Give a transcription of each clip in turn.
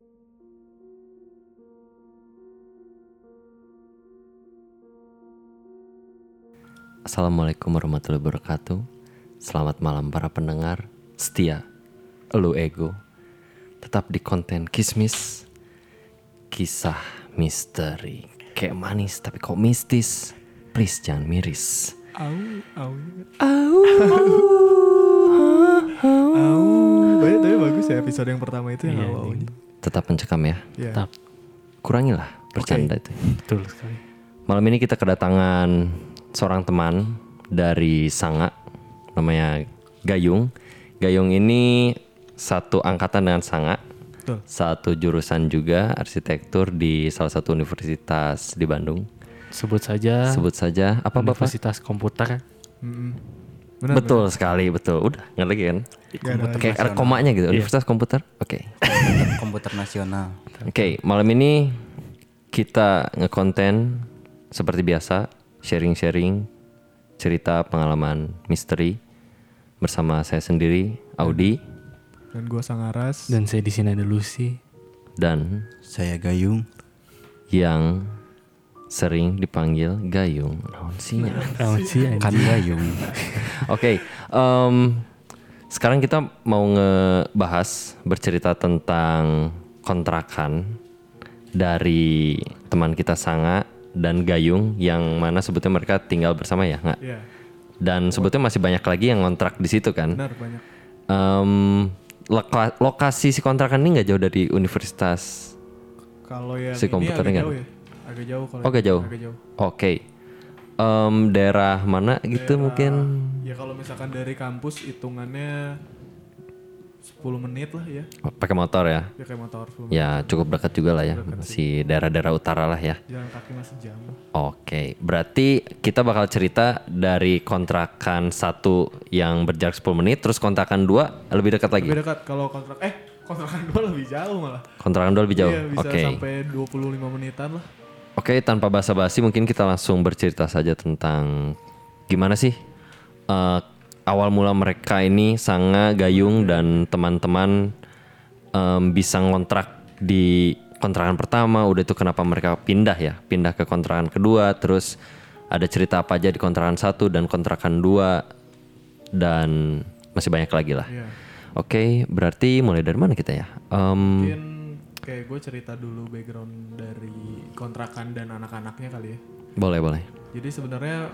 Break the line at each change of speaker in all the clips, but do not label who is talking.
Assalamualaikum warahmatullahi wabarakatuh. Selamat malam para pendengar setia Elu Ego. Tetap di konten Kismis, kisah misteri. Kayak manis tapi kok mistis. Please jangan miris.
Tapi bagus ya episode yang pertama itu yang awalnya.
Tetap mencekam ya.
Tetap.
Kurangilah bercanda itu.
Betul sekali.
Malam ini kita kedatangan seorang teman dari Sanga, namanya Gayung. Gayung ini satu angkatan dengan Sanga,
Betul.
satu jurusan juga arsitektur di salah satu universitas di Bandung.
Sebut saja
Apa Bapak?
Universitas Komputer.
Benar,
Betul sekali, betul. Udah nggak lagi kan?
Komputer
Kayak ada komanya gitu. Universitas Komputer. Oke.
Komputer nasional.
Oke, malam ini kita ngekonten seperti biasa, sharing-sharing cerita pengalaman misteri bersama saya sendiri, Audi,
Dan gue Sangaras.
Dan saya di sini ada Lucy.
dan
Saya Gayung.
yang sering dipanggil Gayung. Naon sih nya?
Kan Gayung.
Oke, sekarang kita mau ngebahas bercerita tentang kontrakan dari teman kita Sanga dan Gayung yang mana sebetulnya mereka tinggal bersama ya, nggak?
Iya,
Dan sebetulnya masih banyak lagi yang ngontrak di situ kan.
benar banyak.
Lokasi si kontrakan ini nggak jauh dari universitas.
Kalau yang
Si
ini
komputernya
agak
kan?
jauh ya. Agak jauh kalau.
Oh, agak jauh.
Agak jauh.
Oke. Daerah mana gitu mungkin?
Ya kalau misalkan dari kampus hitungannya 10 menit lah ya.
Pakai motor ya?
Ya kayak motor 10 menit.
Ya cukup dekat juga lah ya. Masih daerah-daerah utara lah ya.
Jalan kaki masih jam.
Oke, berarti kita bakal cerita dari kontrakan satu yang berjarak 10 menit, terus kontrakan 2 lebih dekat lagi.
Lebih dekat kalau kontrakan 2 lebih jauh malah.
Kontrakan 2 lebih jauh.
Iya, bisa
Oke.
sampai 25 menitan lah.
Oke, tanpa basa-basi mungkin kita langsung bercerita saja tentang gimana sih awal mula mereka ini Sanga, Gayung dan teman-teman bisa ngontrak di kontrakan pertama. Udah itu kenapa mereka pindah ke kontrakan kedua, terus ada cerita apa aja di kontrakan 1 dan kontrakan 2 dan masih banyak lagi lah.
Iya.
Oke, berarti mulai dari mana kita ya?
Mungkin kayak gue cerita dulu background dari kontrakan dan anak-anaknya kali ya.
Boleh.
Jadi sebenarnya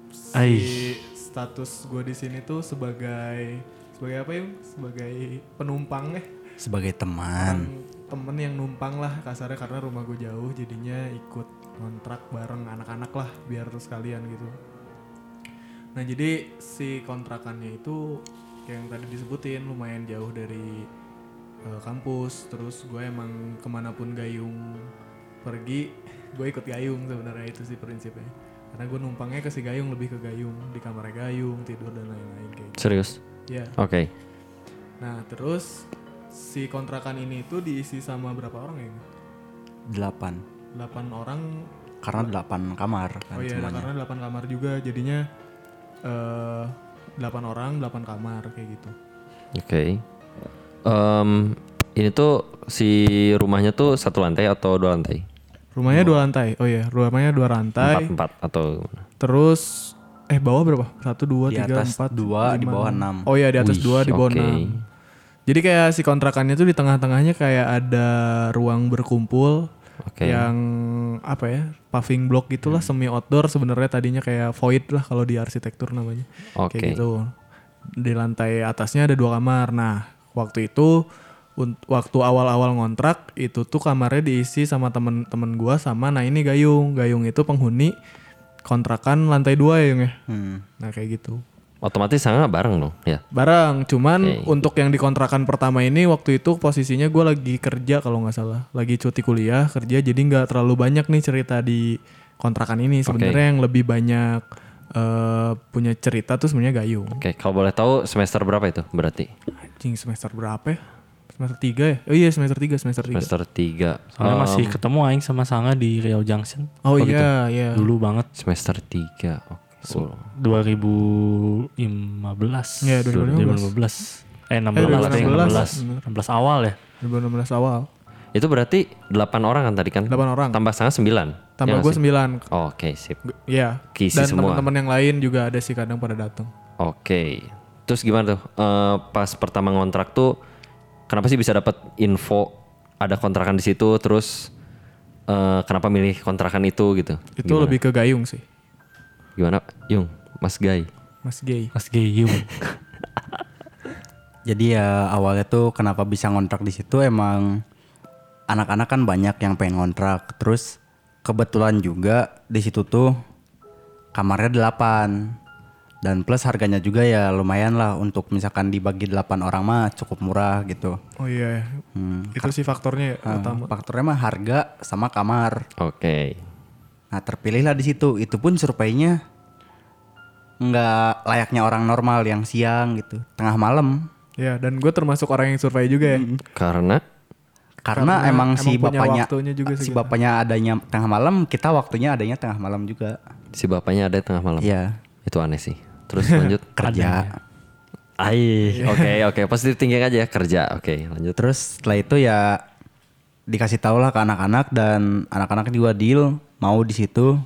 status gue di sini tuh sebagai apa ya? Sebagai penumpang
Sebagai teman.
temen yang numpang lah kasarnya karena rumah gue jauh jadinya ikut kontrak bareng anak-anak lah biar sekalian gitu. Nah jadi si kontrakannya itu kayak yang tadi disebutin lumayan jauh dari kampus, terus gue emang kemanapun Gayung pergi gue ikut Gayung sebenarnya, itu sih prinsipnya. Karena gue numpangnya ke si Gayung, lebih ke Gayung, di kamarnya Gayung, tidur dan lain-lain kayak gitu.
Serius?
Ya.
Oke.
Nah terus si kontrakan ini tuh diisi sama berapa orang ya?
8.
8 orang.
Karena 8 kamar kan
Oh iya,
semuanya.
karena 8 kamar juga jadinya 8 orang 8 kamar kayak gitu.
Oke. Ini tuh si rumahnya tuh 1 lantai atau 2 lantai?
Rumahnya 2 lantai. Oh iya, rumahnya 2 lantai.
4 atau
Terus bawah berapa? 1 2
Di
3
atas
4
2, di
5,
bawah
6.
6.
Oh iya, di atas 2, di bawah
oke.
6. Jadi kayak si kontrakannya tuh di tengah-tengahnya kayak ada ruang berkumpul.
Oke.
Yang apa ya? Paving block gitulah, semi outdoor sebenarnya tadinya kayak void lah kalau di arsitektur namanya.
Oke.
Kayak gitu. Di lantai atasnya ada 2 kamar. Nah, waktu itu waktu awal-awal ngontrak itu tuh kamarnya diisi sama temen-temen gua sama ini Gayung. Gayung itu penghuni kontrakan lantai 2 ya, Yung ya. Nah, kayak gitu.
Otomatis Sanga bareng dong ya.
Bareng, cuman
Oke.
untuk yang di kontrakan pertama ini waktu itu posisinya gue lagi kerja kalau nggak salah, lagi cuti kuliah kerja, jadi nggak terlalu banyak nih cerita di kontrakan ini. Sebenarnya yang lebih banyak punya cerita tuh sebenarnya Gayung.
Oke, kalau boleh tahu semester berapa itu berarti?
Anjing, semester berapa ya? Semester 3 ya? Oh iya, semester 3.
Semester 3.
Soalnya masih ketemu aing sama Sanga di Riau Junction.
Oh
gitu.
iya.
Dulu banget.
Semester 3. Oke.
2015.
Iya, 2015.
16 awal ya.
2016 awal.
Itu berarti 8 orang kan tadi kan?
8 orang.
Tambah Sanga 9.
Tambah
Ya
gue
nggak sih?
9.
Oke, sip.
Iya.
Kisi
Dan
semua.
teman-teman yang lain juga ada sih kadang pada datang.
Oke. Terus gimana tuh? Pas pertama ngontrak tuh kenapa sih bisa dapat info ada kontrakan di situ terus kenapa milih kontrakan itu gitu?
Itu lebih ke gayung sih.
Gimana? Yung, Mas Gay.
Mas Gay.
Mas Gayung.
Jadi ya awalnya tuh kenapa bisa ngontrak di situ emang anak-anak kan banyak yang pengen ngontrak. Terus kebetulan juga di situ tuh kamarnya 8. Dan plus harganya juga ya lumayan lah untuk misalkan dibagi 8 orang mah cukup murah gitu.
Oh iya. Itu sih faktornya ya, utama.
Faktornya mah harga sama kamar.
Oke.
Nah terpilihlah di situ. Itu pun surveinya nggak layaknya orang normal yang siang gitu, tengah malam.
Ya, dan gue termasuk orang yang survei juga ya.
Karena
Emang si
punya
bapaknya
waktunya juga
si
segitu.
bapaknya adanya tengah malam, kita waktunya adanya tengah malam juga.
si bapaknya ada tengah malam.
Iya.
Itu aneh sih. Terus lanjut.
Kerja.
Oke. Positif thinking aja ya, kerja. Oke, lanjut.
Terus setelah itu ya dikasih tahu lah ke anak-anak dan anak-anak juga deal mau di situ.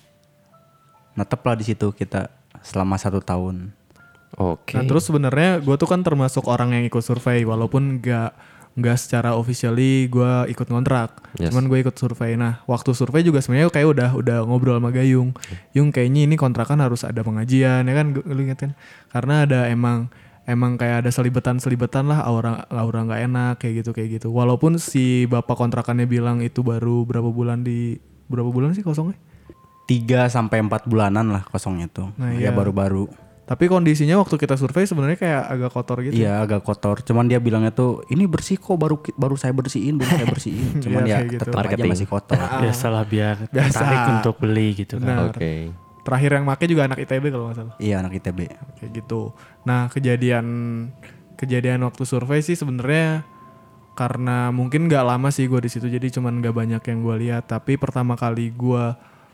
Netep lah di situ kita selama 1 tahun.
Oke.
Nah terus sebenarnya gue tuh kan termasuk orang yang ikut survei walaupun nggak secara officially gue ikut ngontrak,
Yes.
cuman gue ikut survei. Nah waktu survei juga sebenarnya kayak udah ngobrol sama Gayung, Yung kayaknya ini kontrakan harus ada pengajian ya kan, lu inget kan? Karena ada emang kayak ada selibetan lah aura nggak enak kayak gitu. Walaupun si bapak kontrakannya bilang itu baru berapa bulan sih kosongnya?
3 sampai 4 bulanan lah kosongnya tuh.
Nah, iya.
Ya baru-baru.
Tapi kondisinya waktu kita survei sebenarnya kayak agak kotor gitu.
Iya agak kotor. Cuman dia bilangnya tuh ini bersih kok baru saya bersihin. Cuman
Iya,
ya
kayak gitu.
tetap aja
Marketing.
masih kotor.
Biasalah biar
Biasa.
tertarik untuk beli gitu kan.
Benar.
Oke.
Terakhir yang make juga anak ITB kalau nggak salah.
Iya anak ITB.
Kayak gitu. Nah kejadian waktu survei sih sebenarnya karena mungkin nggak lama sih gue di situ, jadi cuman nggak banyak yang gue lihat. Tapi pertama kali gue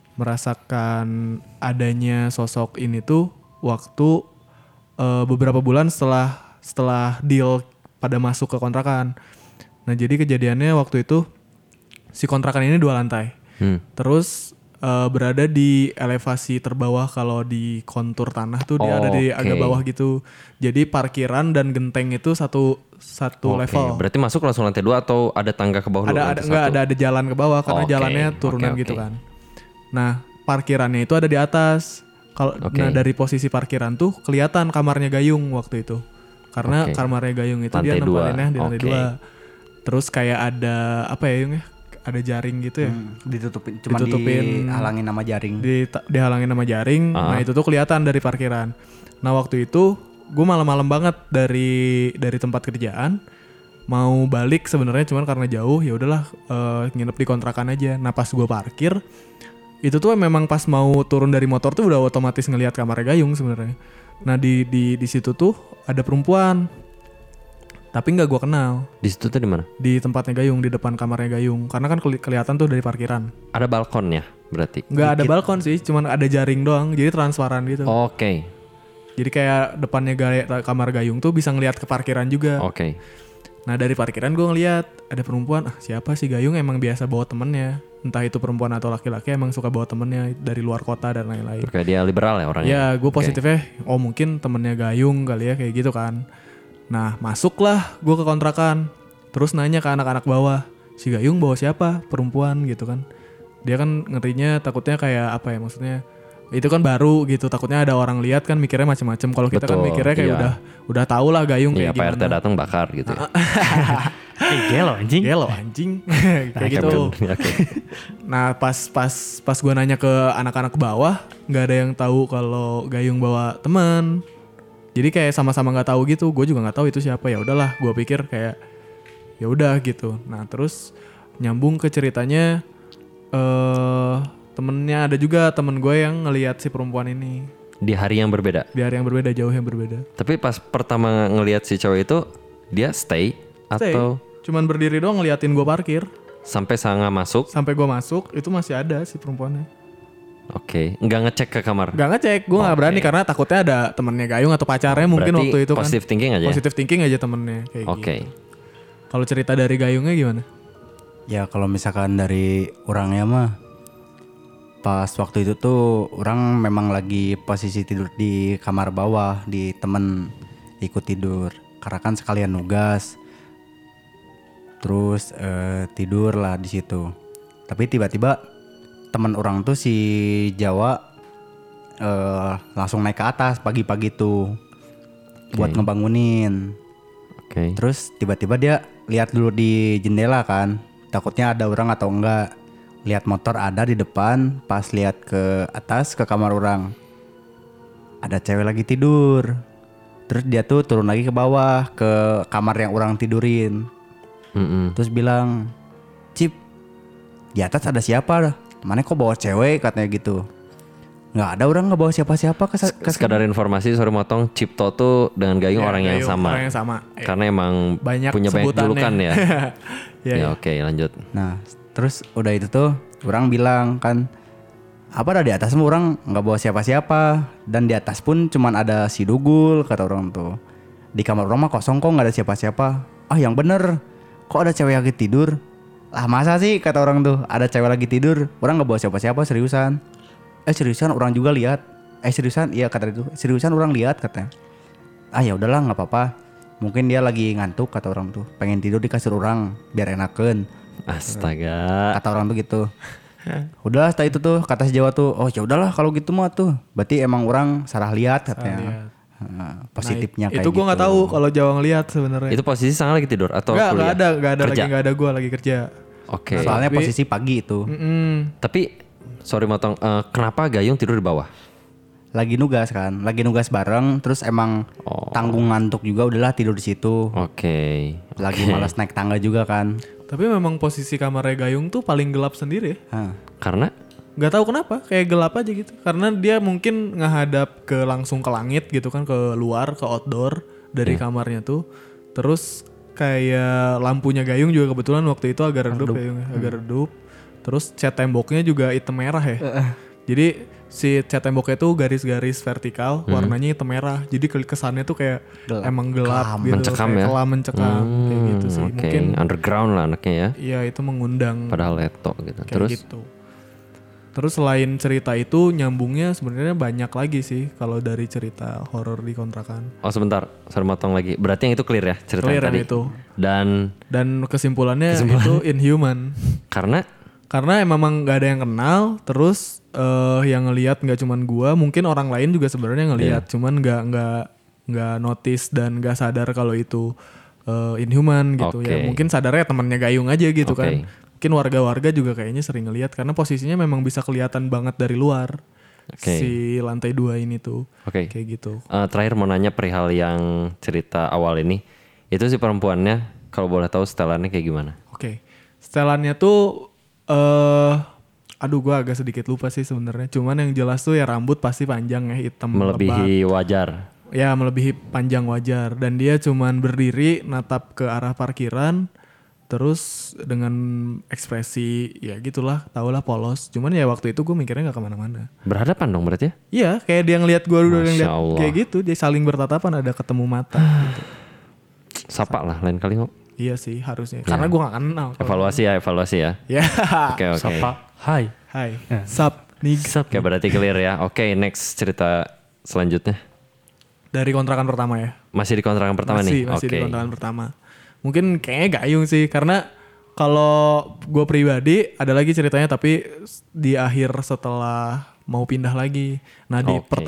merasakan adanya sosok ini tuh waktu beberapa bulan setelah deal pada masuk ke kontrakan. Nah jadi kejadiannya waktu itu si kontrakan ini 2 lantai. Terus berada di elevasi terbawah. Kalau di kontur tanah tuh dia ada di
Oke.
agak bawah gitu. Jadi parkiran dan genteng itu satu
Oke,
level.
berarti masuk langsung lantai 2 atau ada tangga ke bawah dulu?
Ada
lantai
enggak
satu?
ada jalan ke bawah karena
Oke,
jalannya turunan
oke.
gitu kan. Nah, parkirannya itu ada di atas.
Oke.
Nah dari posisi parkiran tuh kelihatan kamarnya Gayung waktu itu. Karena
Oke.
kamarnya Gayung itu
Lantai
dia
dua.
nempatinnya di lantai
Oke.
2. Terus kayak ada apa ya Yung ya? Ada jaring gitu ya.
Ditutupin dihalangin sama jaring.
Dihalangin sama jaring. Nah itu tuh kelihatan dari parkiran. Nah waktu itu gue malam-malam banget dari tempat kerjaan mau balik sebenarnya, cuman karena jauh ya udahlah nginep di kontrakan aja. Nah pas gue parkir itu tuh memang pas mau turun dari motor tuh udah otomatis ngelihat kamarnya Gayung sebenarnya. Nah di situ tuh ada perempuan, tapi nggak gue kenal.
Di situ tuh di mana?
Di tempatnya Gayung, di depan kamarnya Gayung, karena kan kelihatan tuh dari parkiran.
Ada balkonnya berarti.
Nggak ada balkon sih, cuman ada jaring doang, jadi transparan gitu.
Oke.
Jadi kayak depannya kamar Gayung tuh bisa ngelihat ke parkiran juga.
Oke.
Nah dari parkiran gue ngeliat ada perempuan, siapa sih Gayung emang biasa bawa temennya. Entah itu perempuan atau laki-laki emang suka bawa temennya dari luar kota dan lain-lain.
Kayak dia liberal ya orangnya.
Ya gue
Oke.
positifnya, mungkin temennya Gayung kali ya kayak gitu kan. Nah masuklah gue ke kontrakan. Terus nanya ke anak-anak bawah, si Gayung bawa siapa? Perempuan gitu kan. Dia kan ngerinya takutnya kayak apa ya maksudnya. Itu kan baru gitu, takutnya ada orang lihat kan mikirnya macam-macam. Kalau kita kan
Betul,
mikirnya kayak
iya.
udah tahu lah Gayung
Iya,
kayak
Pak RT
gimana.
datang bakar gitu ya.
Gelo anjing.
Gelo anjing. Kayak gitu.
Oke.
Nah pas gue nanya ke anak-anak bawah, nggak ada yang tahu kalau Gayung bawa teman. Jadi kayak sama-sama nggak tahu gitu. Gue juga nggak tahu itu siapa. Ya udahlah, gue pikir kayak ya udah gitu. Nah terus nyambung ke ceritanya, temennya ada juga temen gue yang ngelihat si perempuan ini
Di hari yang berbeda.
di hari yang berbeda, jauh yang berbeda.
Tapi pas pertama ngelihat si cewek itu, dia stay
Stay.
atau
Cuman berdiri doang ngeliatin gue parkir.
sampai Sanga masuk?
Sampai gue masuk itu masih ada si perempuannya.
Oke, nggak ngecek ke kamar.
Gak ngecek, gue nggak
Oke.
berani karena takutnya ada temennya Gayung atau pacarnya mungkin
Berarti
waktu itu kan.
positive thinking aja ya?
Positive thinking aja temennya kayak
Oke.
gitu. Kalau cerita dari Gayungnya gimana?
Ya kalau misalkan dari orangnya mah pas waktu itu tuh orang memang lagi posisi tidur di kamar bawah di temen ikut tidur karena kan sekalian nugas. Terus tidur lah di situ. Tapi tiba-tiba teman orang tuh si Jawa langsung naik ke atas pagi-pagi tuh buat ngebangunin.
Oke.
Terus tiba-tiba dia lihat dulu di jendela kan, takutnya ada orang atau enggak. Lihat motor ada di depan, pas lihat ke atas ke kamar orang, ada cewek lagi tidur. Terus dia tuh turun lagi ke bawah ke kamar yang orang tidurin. Terus bilang, Cip, di atas ada siapa? Mana kok bawa cewek katanya gitu. Nggak ada, orang nggak bawa siapa-siapa ke
Sekadar informasi, sorry motong, Cipto tuh dengan Gayung
Ya,
orang yang
Gayung,
sama.
orang yang sama.
Karena emang
Banyak
punya banyak
sebutannya.
julukan ya.
Ya,
Ya oke, lanjut.
Nah, terus udah itu tuh orang bilang kan, apa ada di atas mah orang nggak bawa siapa-siapa, dan di atas pun cuman ada si Dugul kata orang tuh. Di kamar orang mah kosong kok nggak ada siapa-siapa. Ah yang bener, kok ada cewek lagi tidur? Lah masa sih kata orang tuh ada cewek lagi tidur, orang nggak bawa siapa-siapa seriusan. Seriusan orang juga lihat. Seriusan iya kata itu. Seriusan orang lihat katanya. Ah ya udahlah nggak apa-apa. Mungkin dia lagi ngantuk kata orang tuh. Pengen tidur di kasur orang biar enakeun.
Astaga.
Kata orang tuh gitu. Udahlah setelah itu tuh kata si Jawa tuh, oh ya udahlah kalau gitu mah tuh. Berarti emang orang salah lihat katanya. Positifnya kayak
itu gue nggak
gitu.
tahu kalau Jawa ngelihat sebenarnya.
Itu posisi Sang lagi tidur atau
Nggak
kuliah?
ada
Kerja?
lagi, nggak ada gue lagi kerja.
Oke.
Soalnya
Tapi-
posisi pagi itu.
Tapi sorry motong, kenapa Gayung tidur di bawah?
Lagi nugas kan, lagi nugas bareng. Terus emang tanggung ngantuk juga, udahlah tidur di situ.
Oke.
Lagi malas naik tangga juga kan.
Tapi memang posisi kamarnya Gayung tuh paling gelap sendiri ya.
Hah.
Karena
Nggak tahu kenapa, kayak gelap aja gitu. Karena dia mungkin ngehadap ke langsung ke langit gitu kan, ke luar, ke outdoor dari kamarnya tuh. Terus kayak lampunya Gayung juga kebetulan waktu itu agak redup, kayaknya, agak redup. Terus cat temboknya juga hitam merah ya. Jadi si cat temboknya tuh garis-garis vertikal, warnanya hitam merah. Jadi kesannya tuh kayak emang gelap gitu,
mencekam
kayak
ya?
kelam mencekam kayak gitu sih.
Oke,
Mungkin
underground lah anaknya ya.
iya itu mengundang
Padahal leto gitu.
kayak
Terus
gitu. Terus selain cerita itu nyambungnya sebenarnya banyak lagi sih kalau dari cerita horor di kontrakan.
oh sebentar, sorry motong lagi. Berarti yang itu clear ya cerita
Clear
yang tadi.
yang itu.
Dan
Kesimpulannya itu inhuman.
karena
memang nggak ada yang kenal. Terus yang ngelihat nggak cuman gua, mungkin orang lain juga sebenarnya ngelihat, cuman nggak notice dan nggak sadar kalau itu inhuman gitu ya.
Oke.
Mungkin sadarnya temannya Gayung aja gitu
Oke.
kan. Mungkin warga-warga juga kayaknya sering ngelihat karena posisinya memang bisa kelihatan banget dari luar.
Oke.
Si lantai 2 ini tuh.
Oke.
Kayak gitu.
Terakhir mau nanya perihal yang cerita awal ini. Itu si perempuannya kalau boleh tahu setelannya kayak gimana?
Oke. Setelannya tuh aduh gua agak sedikit lupa sih sebenarnya. Cuman yang jelas tuh ya rambut pasti panjang ya, hitam lebat.
Melebihi wajar.
Ya melebihi panjang wajar. Dan dia cuman berdiri natap ke arah parkiran. Terus dengan ekspresi ya gitulah, tahulah polos. Cuman ya waktu itu gue mikirnya nggak kemana-mana.
Berhadapan dong berarti ya?
Iya, kayak dia ngeliat gue udah
Masya
ngeliat
Allah.
kayak gitu. Dia saling bertatapan, ada ketemu mata. gitu.
Sapa lah lain kali ngok.
Iya sih harusnya. Karena gue nggak kenal.
Evaluasi ya.
Ya.
Oke.
Sapa. Hai.
Hai. Sup. Nih
Oke berarti clear ya. Oke next cerita selanjutnya.
dari kontrakan pertama ya.
Masih di kontrakan pertama nih?
Masih di
Oke.
kontrakan pertama. Mungkin kayaknya Gayung sih. Karena kalau gue pribadi ada lagi ceritanya tapi di akhir setelah mau pindah lagi. Nah di
Oke.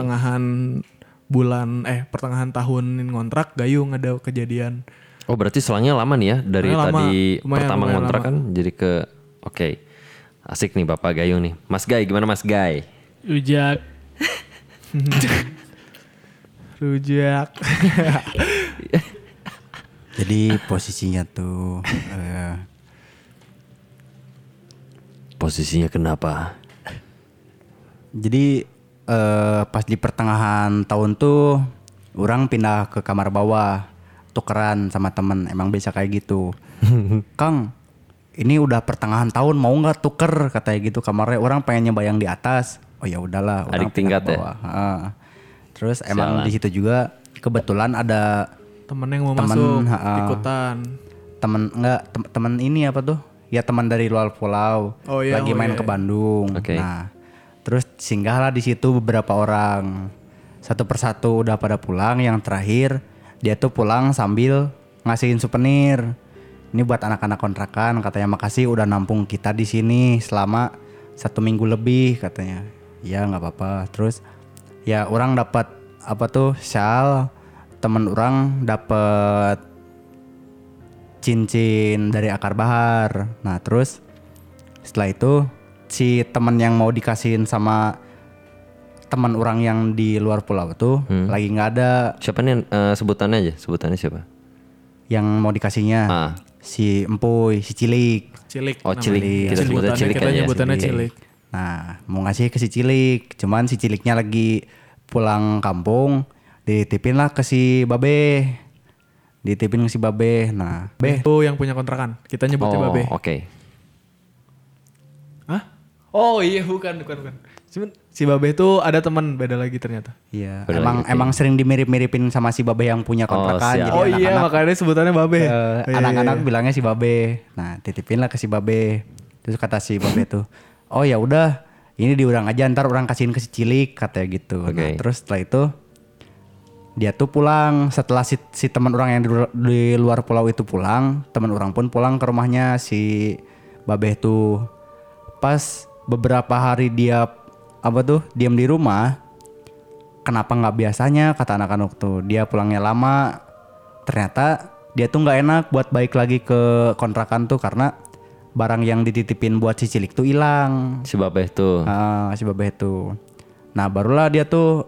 pertengahan tahun ngontrak Gayung ada kejadian.
Oh berarti selangnya lama nih ya. Dari
Selangnya lama.
tadi
Lumayan
pertama ngontrak
lama.
kan jadi ke... Oke. Asik nih Bapak Gayung nih. Mas Gay gimana Mas Gay?
Ujak.
Rujak.
Jadi posisinya tuh
Posisinya kenapa?
jadi pas di pertengahan tahun tuh orang pindah ke kamar bawah, tukeran sama temen. Emang bisa kayak gitu. Kang, ini udah pertengahan tahun mau nggak tuker katanya gitu kamarnya. Orang pengen nyoba yang di atas. Oh ya udahlah. orang
Adik
pindah
tingkat
ke
ya?
bawah. Terus emang di situ juga kebetulan ada
Temen yang mau
Temen,
masuk
ha-ha.
ikutan.
temen ini apa tuh ya teman dari luar pulau
Oh, iya,
lagi
oh,
main
iya,
ke
iya.
Bandung.
Oke.
Nah, terus singgahlah di situ beberapa orang. Satu persatu udah pada pulang, yang terakhir dia tuh pulang sambil ngasihin souvenir. Ini buat anak-anak kontrakan, katanya makasih udah nampung kita di sini selama 1 minggu lebih katanya. Ya nggak apa-apa. Terus ya orang dapat apa tuh shawl, temen orang dapat cincin dari akar bahar. Nah terus setelah itu si temen yang mau dikasihin sama teman orang yang di luar pulau tuh lagi nggak ada,
Siapa nih sebutannya aja? Sebutannya siapa?
yang mau dikasihnya
Ah.
si Empuy, si Cilik.
Cilik.
Oh,
namanya.
Cilik. Kita sebutnya Cilik
kita
aja.
nyebutannya
Oke.
Cilik.
Nah mau ngasih ke si Cilik, cuman si Ciliknya lagi pulang kampung, dititipin lah ke si Babe. Dititipin ke si Babe. Nah Beh,
Itu yang punya kontrakan. Kita nyebutnya
Oh,
Babe.
oke.
Hah? Oh iya bukan. Cuman si Babe itu ada teman beda lagi ternyata.
iya
Udah
emang
lagi, oke.
emang sering dimirip-miripin sama si Babe yang punya kontrakan.
siap.
Jadi
Oh iya
anak-anak
makanya sebutannya Babe.
anak-anak bilangnya si Babe. Nah, titipin lah ke si Babe. Terus kata si Babe tuh, "Oh ya udah, ini diurang aja ntar orang kasihin ke si Cilik," katanya gitu. Nah,
Oke.
terus setelah itu dia tuh pulang setelah si teman orang yang di luar pulau itu pulang, teman orang pun pulang ke rumahnya si Babe tuh. Pas beberapa hari dia apa tuh diam di rumah, kenapa nggak biasanya kata anak-anak tuh, dia pulangnya lama, ternyata dia tuh nggak enak buat balik lagi ke kontrakan tuh karena barang yang dititipin buat si Cilik tuh hilang.
Si Babeh tuh.
Si Babeh tuh. Nah barulah dia tuh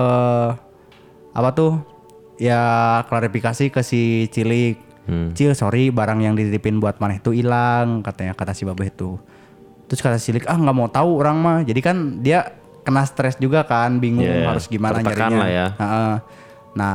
apa tuh ya klarifikasi ke si Cilik. Cil sorry barang yang dititipin buat maneh tuh hilang katanya, kata si Babeh tuh. Terus kata si Cilik nggak mau tahu orang mah. Jadi kan dia kena stres juga kan, bingung
Iya,
harus gimana
tertekan
nyarinya.
lah ya.
Nah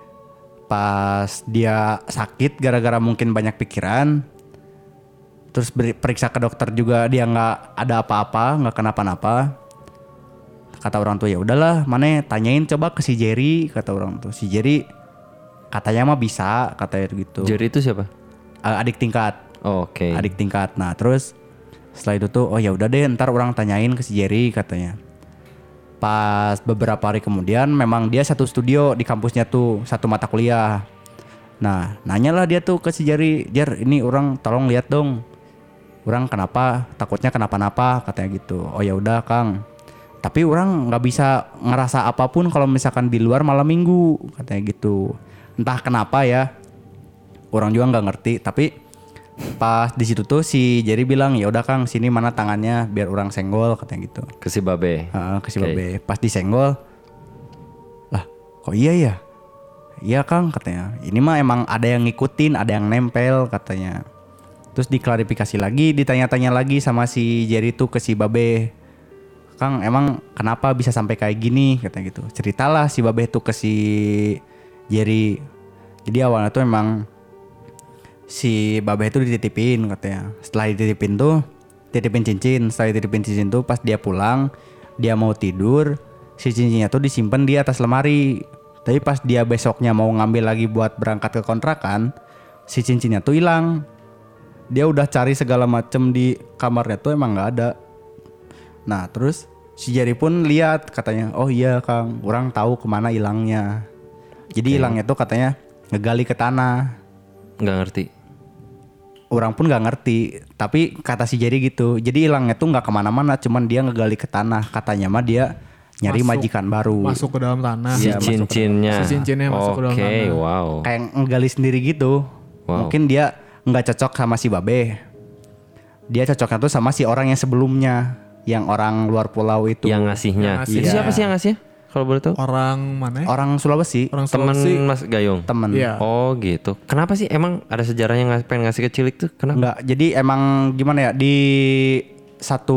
pas dia sakit gara-gara mungkin banyak pikiran, terus periksa ke dokter juga dia nggak ada apa-apa, nggak kenapa-napa. Kata orang tua ya udahlah, mana tanyain coba ke si Jerry, kata orang tuh. Si Jerry katanya mah bisa, katanya gitu.
Jerry itu siapa?
Adik tingkat,
Oh, oke.
adik tingkat. Nah terus setelah itu tuh oh ya udah deh ntar orang tanyain ke si Jerry katanya. Pas beberapa hari kemudian memang dia satu studio di kampusnya tuh, satu mata kuliah. Nah nanyalah dia tuh ke si Jerry, Jer ini orang tolong lihat dong, orang kenapa, takutnya kenapa-napa katanya gitu. Oh ya udah Kang, tapi orang nggak bisa ngerasa apapun kalau misalkan di luar malam minggu katanya gitu. Entah kenapa ya, orang juga nggak ngerti. Tapi pas di situ tuh si Jerry bilang ya udah Kang sini mana tangannya biar orang senggol katanya gitu.
Ke si Babeh.
Ke si
Oke.
Babe. Pas disenggol, lah kok iya ya? Iya Kang katanya. Ini mah emang ada yang ngikutin, ada yang nempel katanya. Terus diklarifikasi lagi, ditanya-tanya lagi sama si Jerry tuh ke si Babe. Kang emang kenapa bisa sampai kayak gini katanya gitu. Ceritalah si Babe tuh ke si Jerry. Jadi awalnya tuh emang si Babe itu dititipin katanya. Setelah dititipin tuh titipin cincin. Setelah dititipin cincin tuh pas dia pulang, dia mau tidur, si cincinnya tuh disimpan di atas lemari. Tapi pas dia besoknya mau ngambil lagi buat berangkat ke kontrakan, si cincinnya tuh hilang. Dia udah cari segala macem di kamarnya tuh emang nggak ada. Nah terus si Jerry pun lihat katanya, oh iya Kang, orang tahu kemana hilangnya. Jadi hilangnya tuh katanya ngegali ke tanah.
Nggak ngerti.
Orang pun nggak ngerti, tapi kata si Jerry gitu. Jadi hilangnya tuh nggak kemana-mana, cuman dia ngegali ke tanah. Katanya mah dia nyari majikan baru.
Masuk ke dalam tanah.
Si
Iya, masuk ke
cincinnya.
Si cincinnya masuk ke dalam
Oke,
tanah.
wow.
Kayak ngegali sendiri gitu.
Wow.
Mungkin dia nggak cocok sama si Babe. Dia cocoknya tuh sama si orang yang sebelumnya, yang orang luar pulau itu.
Yang ngasihnya.
Yang ngasih.
Itu siapa sih yang ngasih? Kalau boleh tahu?
Orang mana ya?
Orang Sulawesi,
Orang
Temen
Sulawesi.
Mas Gayung.
temen.
Iya.
Oh gitu. Kenapa sih emang ada sejarahnya pengen ngasih ke Cilik tuh? Kenapa?
Enggak, jadi emang gimana ya, di satu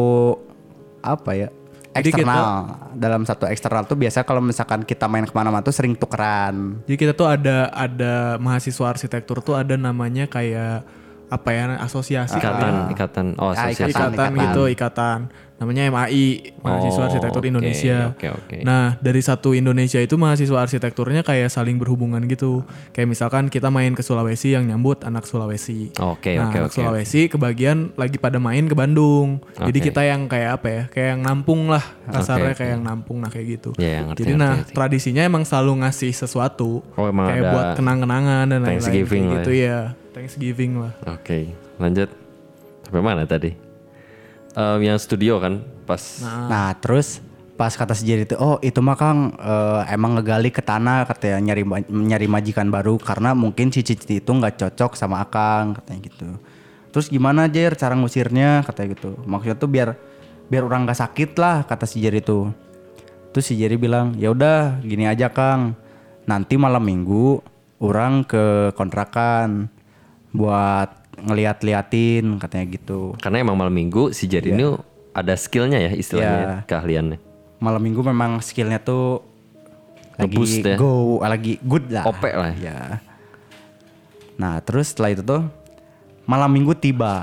apa ya,
Jadi
eksternal. Dalam satu eksternal tuh biasa kalau misalkan kita main kemana-mana tuh sering tukeran.
Jadi kita tuh ada mahasiswa arsitektur tuh ada namanya kayak apa ya, asosiasi kali ya.
Ikatan. Oh, asosiasi.
ikatan
Ikatan.
gitu, ikatan. namanya MAI, Mahasiswa Arsitektur Indonesia.
Oke.
Nah, dari satu Indonesia itu mahasiswa arsitekturnya kayak saling berhubungan gitu. Kayak misalkan kita main ke Sulawesi yang nyambut anak Sulawesi.
Oke.
Anak Sulawesi kebagian lagi pada main ke Bandung. Jadi kita yang kayak apa ya? Kayak yang nampung lah kasarnya, kayak yang nampung, nah kayak gitu.
Iya, ngerti,
Jadi
ngerti.
tradisinya emang selalu ngasih sesuatu.
Emang
kayak
ada
buat kenang-kenangan dan lain-lain
Thanksgiving
kayak
lah
gitu ya. Thanksgiving lah.
Oke, lanjut. Sampai mana tadi? Yang studio kan pas.
Nah terus pas kata si Jerry itu, oh itu mah Kang emang ngegali ke tanah katanya, nyari majikan baru karena mungkin si Cici itu nggak cocok sama Akang katanya gitu. Terus gimana Jer cara ngusirnya katanya gitu. Maksudnya tuh biar orang nggak sakit lah kata si Jerry itu. Terus si Jerry bilang ya udah gini aja Kang, nanti malam minggu orang ke kontrakan buat ngeliat-liatin katanya gitu.
Karena emang malam minggu si Jerry ini ada skillnya ya istilahnya,
Iya.
keahliannya.
Malam minggu memang skillnya tuh
Nge-boost
lagi
ya.
lagi good lah.
OP lah.
Ya. Nah terus setelah itu tuh malam minggu tiba.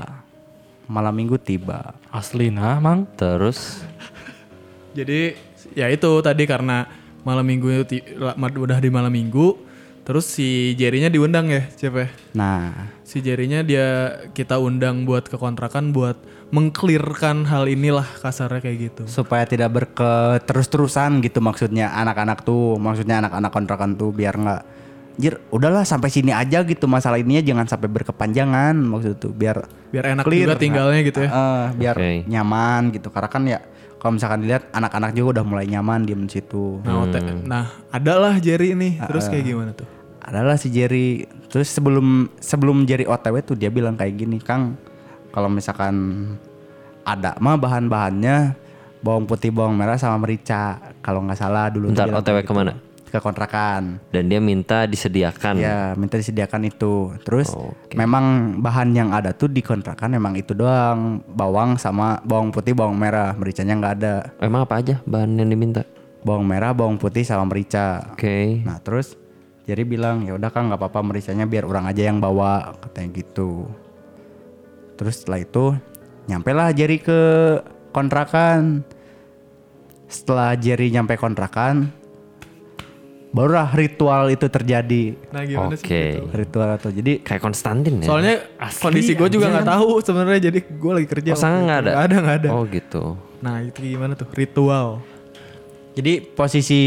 Asli nah, Mang.
Terus
Jadi ya itu tadi karena malam minggu udah di malam minggu, terus si Jerry-nya diundang ya, Cep ya?
Nah
Si Jerry-nya kita undang buat ke kontrakan buat mengklirkan hal inilah kasarnya kayak gitu.
supaya tidak berketerus-terusan gitu maksudnya anak-anak tuh, maksudnya anak-anak kontrakan tuh biar nggak Jir, udahlah sampai sini aja gitu masalah ininya, jangan sampai berkepanjangan maksud tuh biar
Biar enak
clear.
juga tinggalnya gitu ya.
Biar
Oke.
nyaman gitu karena kan ya kalau misalkan dilihat anak-anak juga udah mulai nyaman diem di situ.
Nah, adalah Jerry ini. Terus kayak gimana tuh?
Adalah si Jerry. Terus sebelum Jerry OTW tuh dia bilang kayak gini, Kang, kalau misalkan ada mah bahan-bahannya bawang putih, bawang merah sama merica. Kalau nggak salah dulu.
Bentar,
tuh bilang
OTW
kayak gitu.
kemana?
Ke kontrakan.
Dan dia minta disediakan.
Ya, minta disediakan itu. Terus
Oke.
memang bahan yang ada tuh di kontrakan memang itu doang, bawang sama bawang putih, bawang merah, mericanya nggak ada.
Emang apa aja bahan yang diminta?
Bawang merah, bawang putih sama merica.
Oke.
Nah terus Jerry bilang ya udah Kang nggak apa-apa mericanya biar orang aja yang bawa katanya gitu. Terus setelah itu nyampe lah Jerry ke kontrakan. Setelah Jerry nyampe kontrakan, barulah ritual itu terjadi.
Nah, gimana sih
Oke.
gitu?
Ritual itu jadi
Kayak Konstantin ya?
Soalnya kondisi gue juga nggak tahu sebenarnya, jadi gue lagi kerja.
Oh, sangat nggak ada?
Nggak ada.
Oh gitu.
Nah, itu gimana tuh? Ritual.
jadi posisi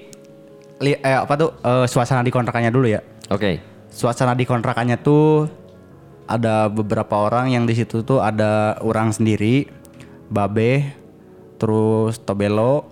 suasana di kontrakannya dulu ya.
Oke.
Suasana di kontrakannya tuh ada beberapa orang yang di situ tuh ada orang sendiri, Babe, terus Tobelo,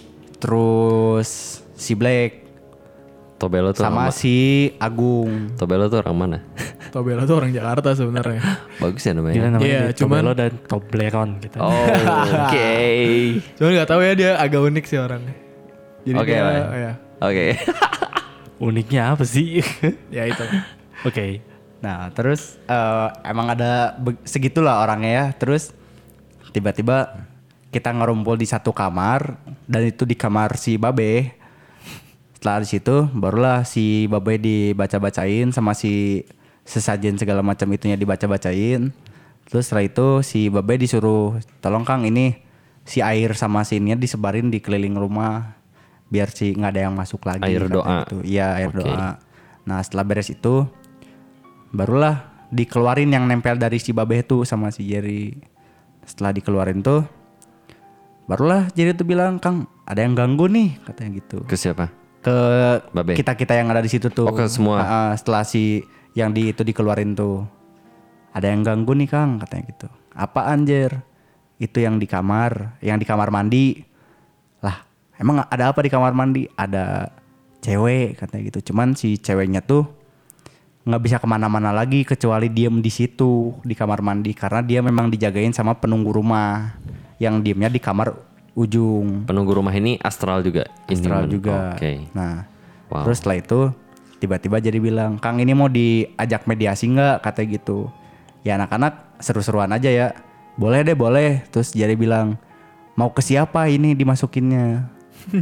terus si Black,
Tobelo tuh
sama
orang
si Agung.
Tobelo tuh orang mana?
Tobelo tuh orang Jakarta sebenarnya.
Bagus ya
Gila
namanya.
namanya
Iya,
di
cuman-
Tobelo dan Toblerone gitu.
Oh, oke.
Cuman nggak tahu ya, dia agak unik sih orangnya. Jadi
Oke
dia
lah.
ya,
Oke.
Uniknya apa sih?
ya itu.
Oke.
Nah terus emang ada segitulah orangnya ya. Terus tiba-tiba kita ngerumpul di satu kamar dan itu di kamar si Babe. Setelah di situ barulah si Babe dibaca-bacain sama si sesajen segala macam itunya dibaca-bacain. Terus setelah itu si Babe disuruh tolong Kang ini si air sama si ininya disebarin di keliling rumah biar si nggak ada yang masuk lagi.
Air
katanya
doa.
gitu. Iya air
Oke.
doa. Nah setelah beres itu barulah dikeluarin yang nempel dari si Babe tuh sama si Jerry. Setelah dikeluarin tuh barulah Jerry tuh bilang Kang ada yang ganggu nih katanya gitu.
Ke siapa?
Ke
Babe.
kita yang ada di situ tuh.
Oh, ke semua.
Setelah si yang itu dikeluarin tuh ada yang ganggu nih Kang katanya gitu. Apa anjir? Itu yang di kamar mandi. Lah emang ada apa di kamar mandi? Ada cewek katanya gitu. Cuman si ceweknya tuh nggak bisa kemana-mana lagi kecuali diem di situ di kamar mandi karena dia memang dijagain sama penunggu rumah yang diemnya di kamar ujung.
Penunggu rumah ini astral juga.
Astral
Inhuman.
juga.
Oke.
Nah,
Wow.
terus setelah itu tiba-tiba jadi bilang, Kang ini mau diajak mediasi nggak? Katanya gitu. Ya anak-anak seru-seruan aja ya. Boleh deh boleh. Terus jadi bilang, mau ke siapa ini dimasukinnya?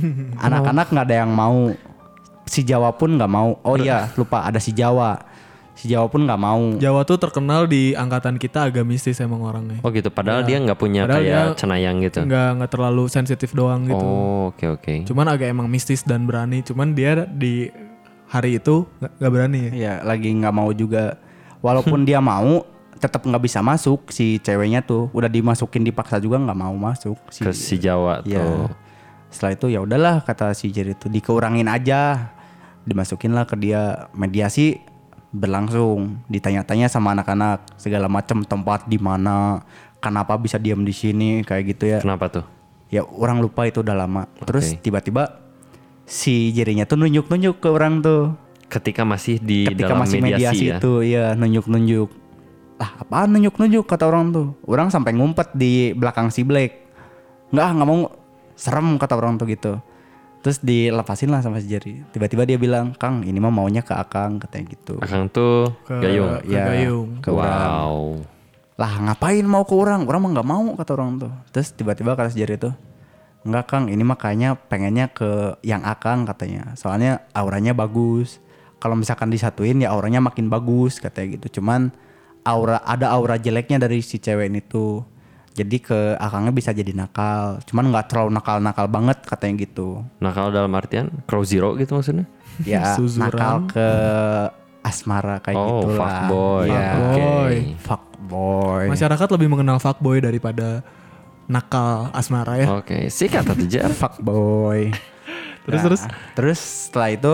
Anak-anak nggak ada yang mau. Si Jawa pun nggak mau. Oh iya lupa ada si Jawa. Si Jawa pun nggak mau.
Jawa tuh terkenal di angkatan kita agak mistis emang orangnya.
Oh gitu, padahal dia nggak punya
Padahal
kayak
dia
cenayang gitu.
Nggak terlalu sensitif doang gitu.
Oh oke.
Cuman agak emang mistis dan berani. Cuman dia di hari itu nggak berani ya.
Iya, lagi nggak mau juga. Walaupun dia mau, tetap nggak bisa masuk si ceweknya tuh. Udah dimasukin dipaksa juga nggak mau masuk.
Ke si Jawa
Iya.
tuh.
Setelah itu ya udahlah kata si Jerry itu dikurangin aja. Dimasukin lah ke dia, mediasi berlangsung, ditanya-tanya sama anak-anak segala macam tempat di mana, kenapa bisa diam di sini kayak gitu ya.
Kenapa tuh?
Ya orang lupa itu udah lama. Terus tiba-tiba si Jerry-nya tuh nunjuk-nunjuk ke orang tuh.
Ketika masih di
Ketika
dalam
masih mediasi
ya.
itu ya nunjuk-nunjuk. Lah apaan nunjuk-nunjuk kata orang tuh. Orang sampai ngumpet di belakang si Black. Nggak mau, serem kata orang tuh gitu. Terus dilepasin lah sama si Jerry. Tiba-tiba dia bilang, Kang ini mah maunya ke Akang katanya gitu.
Akang tuh Gayung.
Ke Gayung.
Ke orang.
Wow.
Lah ngapain mau ke orang? Orang mah nggak mau kata orang tuh. Terus tiba-tiba kata si Jerry tuh, enggak Kang, ini makanya pengennya ke yang Akang katanya. Soalnya auranya bagus. Kalau misalkan disatuin ya auranya makin bagus katanya gitu. Cuman ada aura jeleknya dari si cewek ini tuh. Jadi ke Akangnya bisa jadi nakal. Cuman nggak terlalu nakal-nakal banget katanya gitu.
Nakal dalam artian Crow Zero gitu maksudnya?
Ya
Suzuran.
nakal ke asmara kayak gitu lah.
Fuckboy.
Iya.
Fuckboy.
Fuckboy.
Masyarakat lebih mengenal fuckboy daripada nakal asmara ya.
Oke, sikat atau jar?
Fuckboy.
Terus.
Terus setelah itu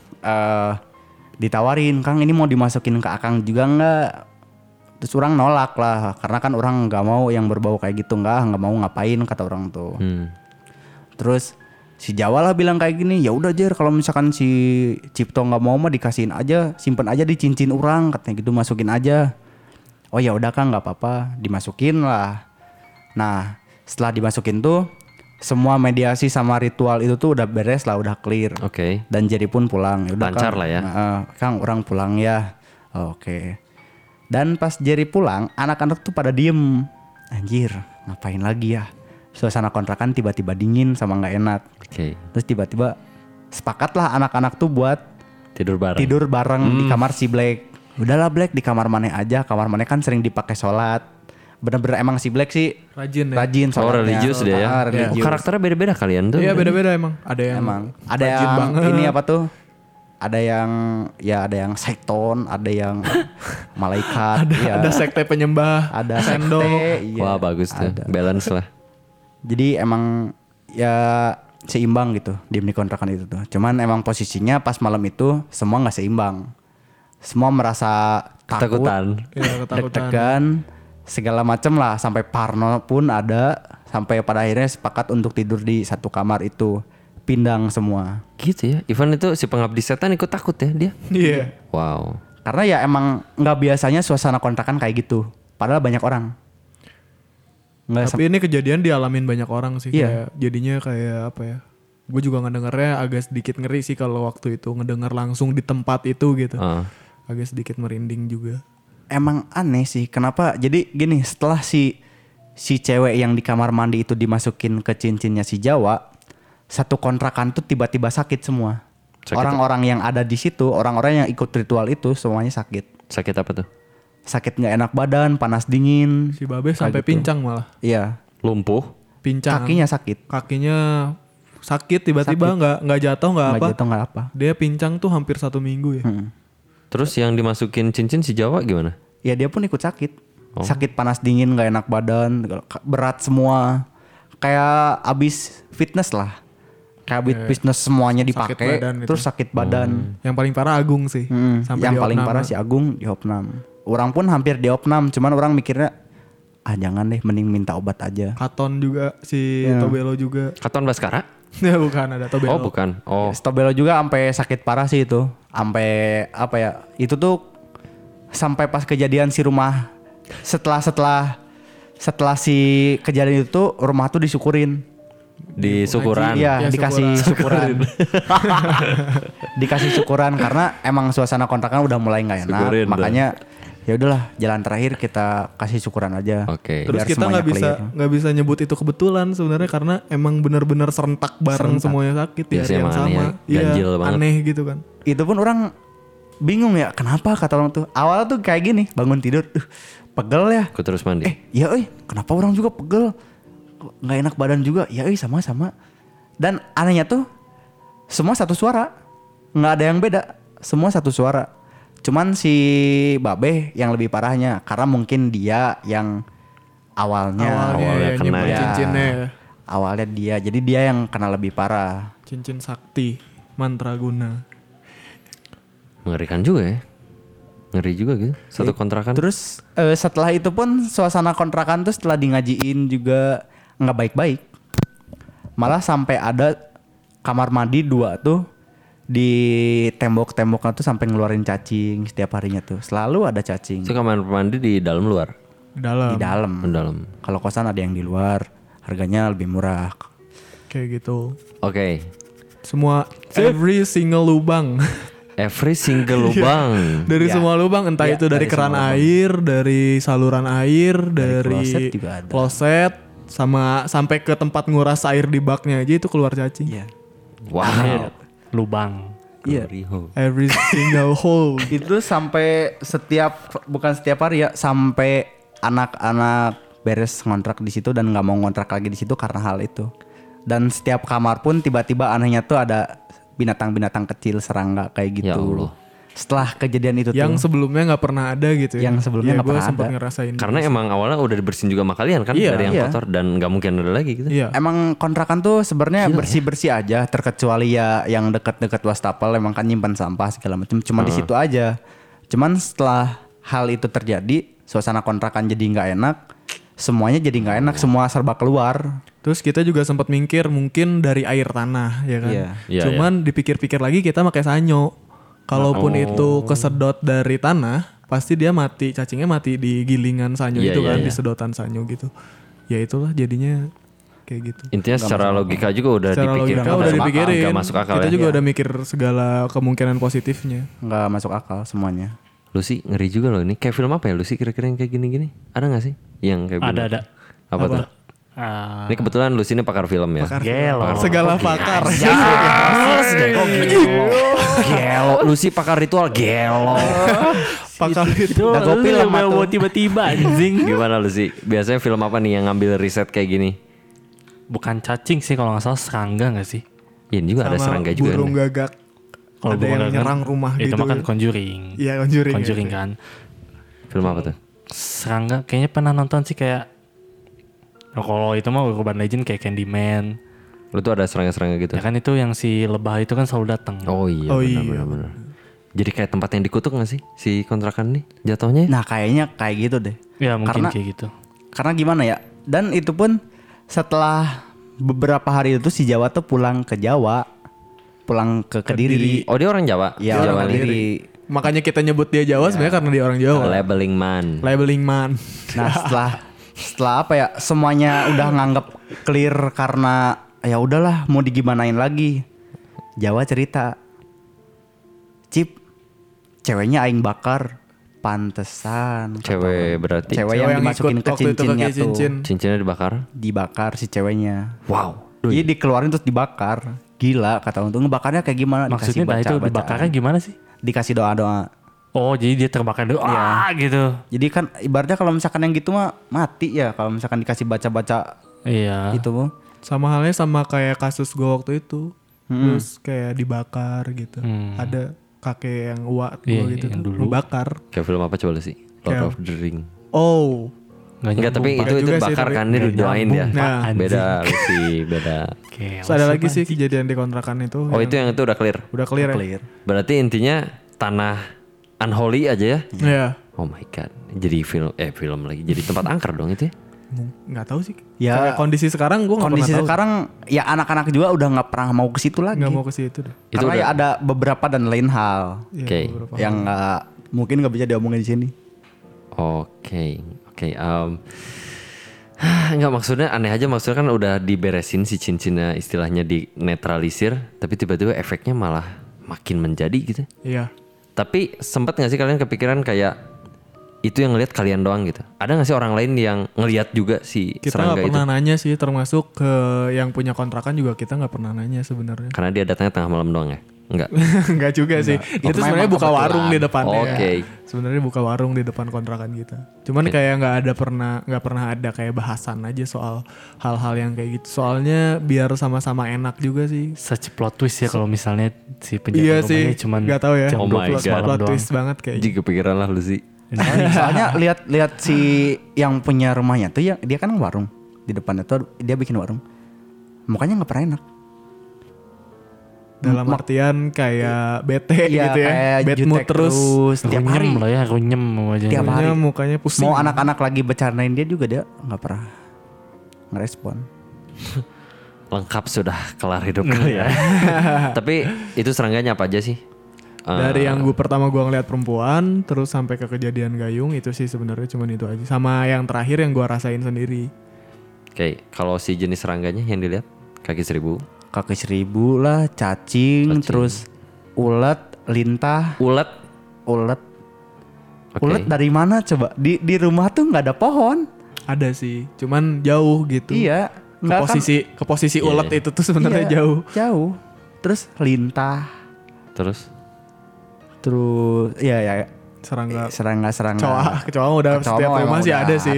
ditawarin, Kang ini mau dimasukin ke Akang juga nggak? Terus orang nolak lah, karena kan orang nggak mau yang berbau kayak gitu, nggak mau ngapain kata orang tuh. Terus si Jawa lah bilang kayak gini, ya udah Jer, kalau misalkan si Cipto nggak mau mah dikasihin aja, simpen aja di cincin orang katanya gitu, masukin aja. Oh ya udah Kang nggak apa-apa, dimasukin lah. Nah setelah dimasukin tuh semua mediasi sama ritual itu tuh udah beres lah, udah clear.
Oke.
Dan Jerry pun pulang. Yaudah,
Lancar
Kang,
lah ya.
Kang orang pulang ya. Oke. Dan pas Jerry pulang, anak-anak tuh pada diem. Anjir, ngapain lagi ya? Suasana kontrakan tiba-tiba dingin sama nggak enak.
Oke.
Terus tiba-tiba sepakatlah anak-anak tuh buat
Tidur bareng.
tidur bareng di kamar si Black. Udahlah Black, di kamar Maneh aja. Kamar Maneh kan sering dipakai sholat. Bener-bener emang si Black sih
Rajin ya.
rajin
Oh,
sholatnya.
religius dia ya. Oh,
Religius.
karakternya beda-beda kalian tuh.
Iya beda-beda emang. Ada yang
Emang ada
rajin
yang
banget.
ini apa tuh? Ada yang seton, ada yang malaikat, ya.
Ada sekte penyembah.
Ada
sendok.
sekte, iya.
Wah bagus tuh.
Ada.
Balance lah.
Jadi emang ya seimbang gitu di kontrakan itu tuh. Cuman emang posisinya pas malam itu semua nggak seimbang. Semua merasa takut,
Ketakutan.
Iya, ketakutan.
deg-degan, segala macem lah. Sampai Parno pun ada. Sampai pada akhirnya sepakat untuk tidur di satu kamar itu. Pindang semua.
Gitu ya. Ivan itu si pengabdi setan ikut takut ya dia.
Iya.
Wow.
Karena ya emang nggak biasanya suasana kontrakan kayak gitu. Padahal banyak orang. Nggak
Tapi ini kejadian dialamin banyak orang sih.
Iya.
Kayak, jadinya kayak apa ya. Gue juga ngedengernya agak sedikit ngeri sih kalau waktu itu ngedenger langsung di tempat itu gitu. Agak sedikit merinding juga.
emang aneh sih. Kenapa? Jadi gini, setelah si cewek yang di kamar mandi itu dimasukin ke cincinnya si Jawa, satu kontrakan tuh tiba-tiba sakit semua.
Sakit
Orang-orang yang ada di situ, orang-orang yang ikut ritual itu semuanya sakit.
Sakit apa tuh?
Sakit nggak enak badan, panas dingin.
Si Babe sampai
gitu.
pincang malah.
Iya.
Lumpuh.
Pincang.
Kakinya sakit.
Kakinya sakit tiba-tiba nggak jatuh nggak apa.
Nggak jatuh nggak apa.
Dia pincang tuh hampir 1 minggu ya.
Terus yang dimasukin cincin si Jawa gimana?
Ya dia pun ikut sakit. Sakit panas dingin, nggak enak badan, berat semua. Kayak abis fitness lah. Kayak abis fitness semuanya
Sakit
dipakai,
badan gitu.
terus sakit badan.
Yang paling parah Agung sih. Sampai
Yang
di
paling
opname.
parah si Agung di opnam. Orang pun hampir di opnam, cuman orang mikirnya jangan deh, mending minta obat aja.
Katon juga si Tobelo juga.
Katon Baskara?
Ya bukan ada Tobelo.
Oh bukan. Oh
Stobelo juga sampai sakit parah sih itu. Sampai apa ya? Itu tuh sampai pas kejadian si rumah setelah si kejadian itu tuh rumah tuh disyukurin.
di syukuran.
Iya,
Ya,
dikasih syukuran. Dikasih syukuran karena emang suasana kontrakan udah mulai nggak enak.
Syukurin
Makanya ya udahlah, jalan terakhir kita kasih syukuran aja.
Oke.
Terus
Biar
kita
semuanya
nggak bisa nyebut itu kebetulan sebenarnya karena emang benar-benar serentak bareng
Serentak.
semuanya sakit di
Iya
hari
sih,
yang
emang aneh
sama.
ya. Ganjil banget.
Aneh gitu kan.
Itu pun orang bingung ya kenapa kata orang tuh. Awalnya tuh kayak gini, bangun tidur, pegel ya.
Aku terus mandi.
Ya kenapa orang juga pegel? Nggak enak badan juga. Ya sama-sama. Dan anehnya tuh semua satu suara. Nggak ada yang beda. Semua satu suara. Cuman si Babe yang lebih parahnya. Karena mungkin dia yang awalnya
ya,
kena
nyimpen
ya.
cincinnya ya.
Awalnya dia. Jadi dia yang kena lebih parah.
Cincin sakti mantraguna.
Mengerikan juga ya. Ngeri juga gitu. Satu kontrakan.
Terus setelah itu pun suasana kontrakan tuh setelah di ngajiin juga nggak baik-baik. Malah sampai ada kamar mandi 2 tuh di tembok-temboknya tuh sampai ngeluarin cacing setiap harinya tuh. Selalu ada cacing
Itu kamar mandi di dalam luar.
Dalam.
di dalam.
Di dalam.
Kalau kosan ada yang di luar, harganya lebih murah.
Kayak gitu.
Oke.
Semua every single lubang.
Every single lubang.
Dari
Ya.
semua lubang entah
Ya,
itu dari
dari
keran
semua lubang.
air, dari saluran air,
kloset
dari
juga ada.
kloset sama sampai ke tempat nguras air di baknya aja itu keluar cacing.
Iya.
Wow.
Lubang.
Iya.
Riho.
Every single hole.
Itu sampai bukan setiap hari ya, sampai anak-anak beres ngontrak di situ dan nggak mau ngontrak lagi di situ karena hal itu. Dan setiap kamar pun tiba-tiba anehnya tuh ada binatang-binatang kecil serangga kayak gitu.
Ya Allah.
Setelah kejadian itu
Yang
tuh,
sebelumnya nggak pernah ada gitu ya.
Yang sebelumnya nggak
gua
pernah
sempat
ada.
ngerasain.
Karena emang awalnya udah dibersihin juga sama kalian kan
Iya,
dari yang
iya.
kotor dan nggak mungkin ada lagi gitu.
Iya.
emang kontrakan tuh sebenarnya bersih-bersih aja, terkecuali ya yang dekat-dekat wastafel emang kan nyimpan sampah segala macam. Cuma di situ aja. Cuman setelah hal itu terjadi, suasana kontrakan jadi nggak enak. Semuanya jadi nggak enak, semua serba keluar.
Terus kita juga sempat mikir mungkin dari air tanah ya kan.
Iya.
Iya,
Cuman dipikir-pikir lagi kita pakai sanyo. Kalaupun itu kesedot dari tanah, pasti dia mati, cacingnya mati di gilingan sanyo
Iya,
itu
iya,
kan,
iya.
di sedotan sanyo gitu. Ya itulah jadinya kayak gitu.
Intinya secara logika juga udah
Secara
dipikirkan.
logika udah dipikirin.
Nggak masuk akal
Kita
ya.
juga udah mikir segala kemungkinan positifnya.
Nggak masuk akal semuanya.
Lu sih ngeri juga loh ini. Kayak film apa ya lu sih kira-kira yang kayak gini-gini? Ada gak sih? Yang kayak
Ada,
gini?
ada.
Apa tuh? Ini kebetulan lu sini pakar film ya.
Pakar
Gelo.
segala pakar.
Gelo. Lu sih pakar ritual gelo.
pakar itu.
Itu
Udah gopil
lu
sama tuh.
mau tiba-tiba anjing.
Gimana lu sih? Biasanya film apa nih yang ngambil riset kayak gini?
Bukan cacing sih kalau nggak salah, serangga nggak sih?
Ya ini juga ada
Sama
serangga juga.
burung
nih.
gagak.
Kalau
Ada yang
bukan
nyerang rumah
itu
gitu.
mah kan Conjuring.
Iya, Conjuring.
Conjuring
ya.
kan.
Film apa tuh?
Serangga kayaknya pernah nonton sih kayak. Oh, kalau itu mah Urban Legend kayak Candyman.
Lu tuh ada serangga-serangga gitu.
Ya kan itu yang si lebah itu kan selalu datang.
Oh iya,
Oh
benar,
iya.
benar. Jadi kayak tempat yang dikutuk gak sih si kontrakan nih jatuhnya?
Nah kayaknya kayak gitu deh.
Ya mungkin
Karena-
kayak gitu.
Karena gimana ya? Dan itu pun setelah beberapa hari itu si Jawa tuh pulang ke Jawa, pulang ke Kediri.
Oh dia orang Jawa?
Ya
Jawa
orang
nih.
Kediri.
Makanya kita nyebut dia Jawa sebenarnya karena dia orang Jawa.
Labeling man.
Labeling man.
Nah setelah apa ya? Semuanya udah nganggap clear karena ya udahlah mau digimanain lagi. Jawa cerita, Cip, ceweknya aing bakar, pantesan.
Cewek berarti.
Cewek yang dimasukin
ikut
ke
waktu itu
cincinnya
pakai cincin.
Cincinnya dibakar.
dibakar si ceweknya.
Wow.
Jadi dikeluarin terus dibakar. Gila kata untuk ngebakarnya kayak gimana?
Maksudnya nah itu dibakarnya gimana sih?
Dikasih doa-doa.
Oh jadi dia terbakar dulu. Gitu.
Jadi kan ibaratnya kalau misalkan yang gitu mah mati ya kalau misalkan dikasih baca-baca
Iya.
itu Bu.
Sama halnya sama kayak kasus gue waktu itu. Terus kayak dibakar gitu. Ada kakek yang uak gue
Iya,
gitu
yang
tuh,
dulu.
ngebakar.
Kayak film apa coba lu sih? Lord
Kayak-
of the Ring.
Oh,
Enggak tapi
Pakai
itu
juga sih,
bakar
tapi
kan dia
nggak
didoain ya.
nyambung,
Nah.
Pak,
Beda lu sih, beda.
terus ada lagi sih kejadian di kontrakan itu.
Oh itu yang itu udah clear.
udah clear ya?
Clear.
Berarti intinya tanah unholy aja ya.
Iya.
Oh my god. Jadi film lagi. Jadi tempat angker dong itu ya.
Nggak tahu sih.
Ya,
Kayak kondisi sekarang gue nggak pernah
Kondisi
tahu.
sekarang ya anak-anak juga udah nggak pernah mau ke situ lagi.
Nggak mau ke situ deh.
Itu
Karena
udah-
ya ada beberapa dan lain hal
Iya,
Oke.
beberapa.
yang nggak mungkin nggak bisa diomongin di sini.
Oke. Enggak maksudnya aneh aja, maksudnya kan udah diberesin si cincinnya, istilahnya dinetralisir, tapi tiba-tiba efeknya malah makin menjadi gitu.
Iya.
Tapi sempat gak sih kalian kepikiran kayak itu yang ngelihat kalian doang gitu? Ada gak sih orang lain yang ngelihat juga si
Kita
serangga
nggak
itu?
pernah nanya sih, termasuk ke yang punya kontrakan juga kita nggak pernah nanya sebenarnya.
Karena dia datangnya tengah malam doang ya? Enggak.
Enggak juga sih. Itu
Memang
sebenarnya buka
kebetulan.
warung di depannya.
Oke.
Sebenarnya buka warung di depan kontrakan kita. Cuman kayak nggak pernah ada kayak bahasan aja soal hal-hal yang kayak gitu. Soalnya biar sama-sama enak juga sih.
Such plot twist ya kalau misalnya si penjaga
Iya
rumahnya
sih.
cuman
Nggak tahu ya.
jam
Oh my
12
God.
malam
Plot
doang.
twist banget kayak.
Jika kepikiran lah lu sih.
Soalnya lihat si yang punya rumahnya tuh ya dia kan warung di depannya tuh dia bikin warung. Mukanya nggak pernah enak.
Dalam artian kayak bete
Iya,
gitu ya.
kayak
Bad
jutek
mood terus.
tiap hari.
Runyem lah ya, runyem wajahnya.
Tiap hari.
Mukanya pusing.
Mau anak-anak lagi bercandain dia juga dia nggak pernah ngerespon.
Lengkap sudah kelar hidup kalian. Tapi itu serangganya apa aja sih?
Dari yang pertama gue ngeliat perempuan terus sampai ke kejadian gayung itu sih sebenarnya cuman itu aja. Sama yang terakhir yang gue rasain sendiri.
Oke, kalau si jenis serangganya yang dilihat kaki 1000,
Kaki 1000 lah, cacing, terus ulet, lintah,
ulet.
ulet.
Oke.
Ulet dari mana coba? Di rumah tuh nggak ada pohon.
Ada sih, cuman jauh gitu.
Iya.
Ke posisi ulet itu tuh sebenarnya
Iya,
jauh.
Jauh. Terus lintah.
Terus
ya
Serangga.
serangga.
Kecoa udah
Kecoa
setiap
mah
rumah
emang
sih
udah
ada sih.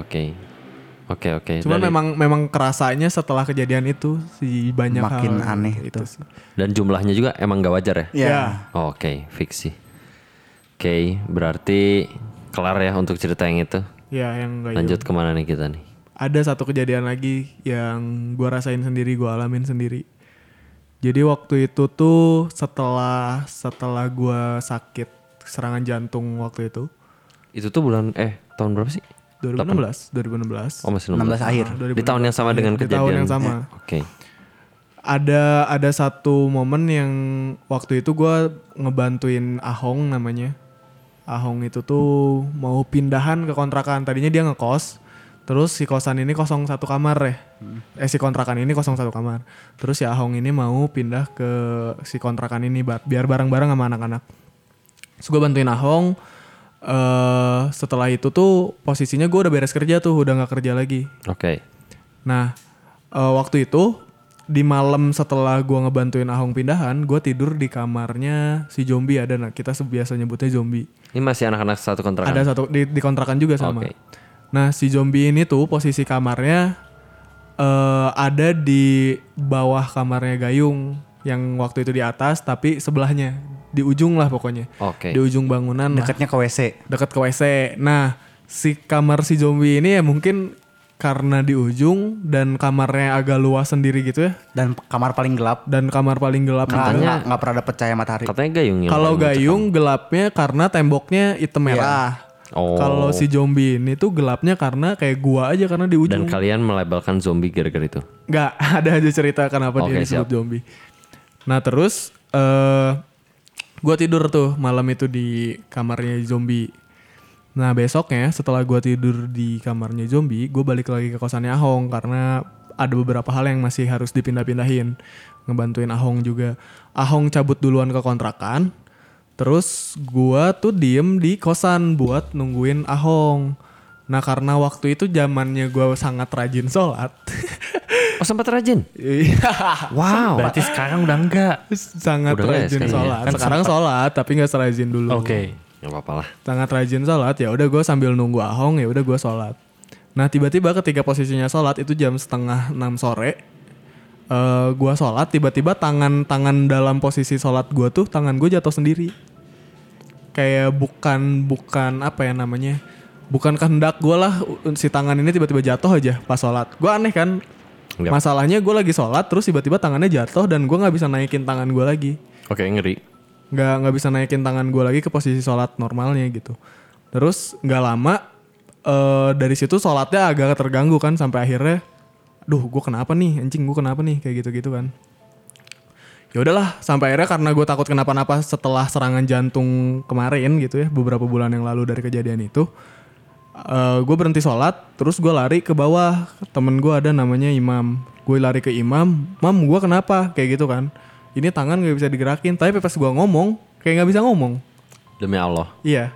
Oke.
Cuman
Dari-
memang kerasanya setelah kejadian itu si banyak
Makin
hal
aneh
itu
tuh.
sih.
dan jumlahnya juga emang gak wajar ya?
Iya.
Oh, oke, fiksi. Oke, berarti kelar ya untuk cerita yang itu.
Ya yang gayung.
Lanjut kemana nih kita nih?
Ada satu kejadian lagi yang gua rasain sendiri, gua alamin sendiri. Jadi waktu itu tuh setelah gua sakit serangan jantung waktu itu
Itu tuh tahun berapa sih?
2016.
Oh masih
16 akhir.
Di tahun yang sama dengan
Di
kejadian.
tahun yang sama.
Oke.
Ada satu momen yang waktu itu gua ngebantuin Ahong namanya. Ahong itu tuh mau pindahan ke kontrakan. Tadinya dia ngekos. Terus si kosan ini 01 kamar ya. Si kontrakan ini 01 kamar. Terus si Ahong ini mau pindah ke si kontrakan ini biar bareng-bareng sama anak-anak. Terus gue bantuin Ahong. Setelah itu tuh posisinya gue udah beres kerja tuh. Udah gak kerja lagi.
Oke.
Nah waktu itu di malam setelah gue ngebantuin Ahong pindahan, gue tidur di kamarnya si zombie ada. Nah kita biasa nyebutnya zombie.
Ini masih anak-anak satu kontrakan.
Ada satu di kontrakan juga sama.
Oke.
Nah si zombie ini tuh posisi kamarnya ada di bawah kamarnya Gayung yang waktu itu di atas tapi sebelahnya di ujung lah pokoknya.
Oke.
Di ujung bangunan lah,
Dekatnya ke WC.
dekat ke WC. Nah si kamar si zombie ini ya mungkin karena di ujung dan kamarnya agak luas sendiri gitu ya.
Dan kamar paling gelap.
Dan kamar paling gelap
Katanya-
Nggak pernah dapet cahaya matahari.
Katanya Gayung yang
kalau
paling
Gayung gelapnya karena temboknya hitam merah.
Oh.
Kalau si zombie ini tuh gelapnya karena kayak gua aja karena di
dan
ujung.
kalian melabelkan zombie gara-gara itu.
Nggak ada aja cerita kenapa dia
Oke,
disebut
siap.
zombie. Nah terus gua tidur tuh malam itu di kamarnya zombie. Nah besoknya setelah gua tidur di kamarnya zombie, gue balik lagi ke kosannya Ahong karena ada beberapa hal yang masih harus dipindah-pindahin. Ngebantuin Ahong juga. Ahong cabut duluan ke kontrakan. Terus gua tuh diem di kosan buat nungguin Ahong. Nah karena waktu itu zamannya gua sangat rajin sholat.
Oh sempat rajin.
Iya.
Wow.
Berarti sekarang udah enggak.
Sangat
Udah nggak ya
rajin
sekarang
sholat.
ya? Kan
Sekarang sholat tapi nggak serajin dulu.
Oke.
Gak apa-apa lah.
Sangat rajin sholat. Ya udah gue sambil nunggu Ahong ya udah gue sholat. Nah tiba-tiba ketika posisinya sholat itu jam 5:30 sore. Gue sholat tiba-tiba tangan dalam posisi sholat gue tuh tangan gue jatuh sendiri. Kayak bukan apa ya namanya. Bukan kehendak gue lah si tangan ini tiba-tiba jatuh aja pas sholat. Gue aneh kan.
Yap.
Masalahnya gue lagi sholat terus tiba-tiba tangannya jatuh dan gue nggak bisa naikin tangan gue lagi.
Oke, ngeri.
Nggak bisa naikin tangan gue lagi ke posisi sholat normalnya gitu. Terus nggak lama dari situ sholatnya agak terganggu kan sampai akhirnya, duh gue kenapa nih anjing gue kenapa nih kayak gitu kan. Ya udahlah sampai akhirnya karena gue takut kenapa-napa setelah serangan jantung kemarin gitu ya beberapa bulan yang lalu dari kejadian itu. Gue berhenti sholat, terus gue lari ke bawah. Temen gue ada namanya Imam. Gue lari ke Imam, Mam gue kenapa? Kayak gitu kan. Ini tangan gak bisa digerakin, tapi pas gue ngomong, kayak gak bisa ngomong.
Demi Allah.
Iya.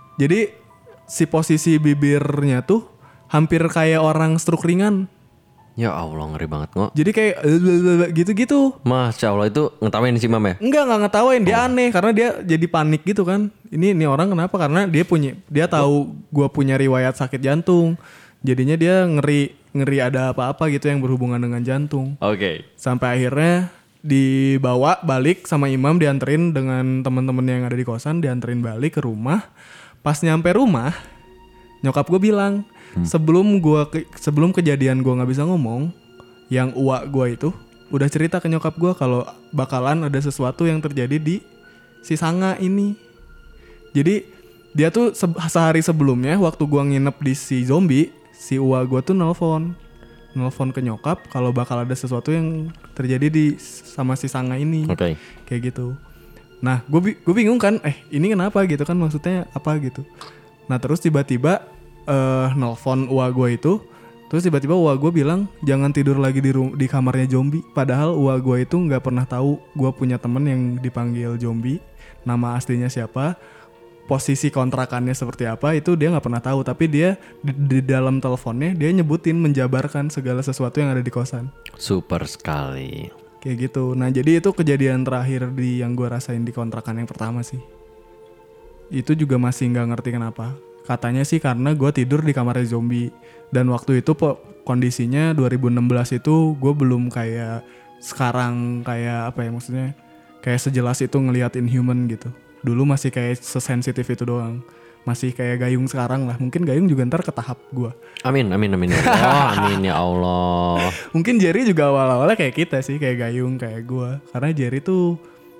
Jadi si posisi bibirnya tuh hampir kayak orang stroke ringan.
Ya Allah ngeri banget Ngo.
Jadi kayak gitu-gitu.
Masya Allah itu ngetawain si Mam ya?
Enggak ngetawain, dia aneh karena dia jadi panik gitu kan. Ini orang kenapa? Karena dia tahu gua punya riwayat sakit jantung. Jadinya dia ngeri ada apa-apa gitu yang berhubungan dengan jantung.
Oke.
Sampai akhirnya dibawa balik sama Imam, dianterin dengan teman-teman yang ada di kosan, dianterin balik ke rumah. Pas nyampe rumah, nyokap gue bilang, sebelum kejadian gue nggak bisa ngomong, yang uak gue itu udah cerita ke nyokap gue kalau bakalan ada sesuatu yang terjadi di si Sanga ini. Jadi dia tuh sehari sebelumnya waktu gue nginep di si zombie, si uak gue tuh nelfon ke nyokap kalau bakal ada sesuatu yang terjadi sama si Sanga ini.
Oke.
Kayak gitu. Nah, gue bingung kan, ini kenapa gitu kan, maksudnya apa gitu. Nah, terus tiba-tiba nelfon uak gue itu, terus tiba-tiba uak gue bilang jangan tidur lagi di kamarnya zombie. Padahal uak gue itu nggak pernah tahu gue punya temen yang dipanggil zombie, nama aslinya siapa, posisi kontrakannya seperti apa itu dia nggak pernah tahu. Tapi dia di dalam teleponnya dia nyebutin, menjabarkan segala sesuatu yang ada di kosan.
Super sekali.
Kayak gitu. Nah jadi itu kejadian terakhir yang gue rasain di kontrakan yang pertama sih. Itu juga masih nggak ngerti kenapa. Katanya sih karena gue tidur di kamarnya zombie. Dan waktu itu kondisinya 2016 itu gue belum kayak sekarang, kayak apa ya maksudnya, kayak sejelas itu ngelihat Inhuman gitu. Dulu masih kayak sesensitif itu doang. Masih kayak Gayung sekarang lah. Mungkin Gayung juga ntar ke tahap gue.
Amin ya Allah. Amin ya Allah.
Mungkin Jerry juga awal-awalnya kayak kita sih, kayak Gayung, kayak gue. Karena Jerry tuh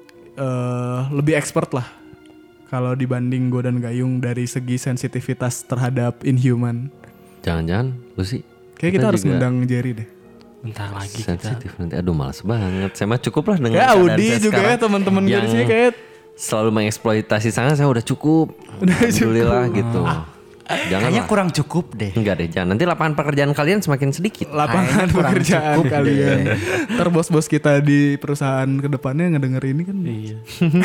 lebih expert lah kalau dibanding gue dan Gayung dari segi sensitivitas terhadap Inhuman.
Jangan-jangan lu sih.
Kayak kita harus ngundang Jerry deh.
Bentar lagi
Sensitif nanti. Aduh males banget. Saya mah cukup lah dengan
Kayak
keadaan
Audi
saya
juga ya,
sekarang
teman-teman gue
yang
di sini kayak
selalu mengeksploitasi Sanga. Saya udah cukup. Alhamdulillah gitu. Jangan
Kayaknya
lah.
kurang cukup deh.
Enggak deh, jangan. Nanti lapangan pekerjaan kalian semakin sedikit.
lapangan
kurang
pekerjaan
cukup
kalian. Ntar bos-bos kita di perusahaan kedepannya ngedenger ini kan.
Iya.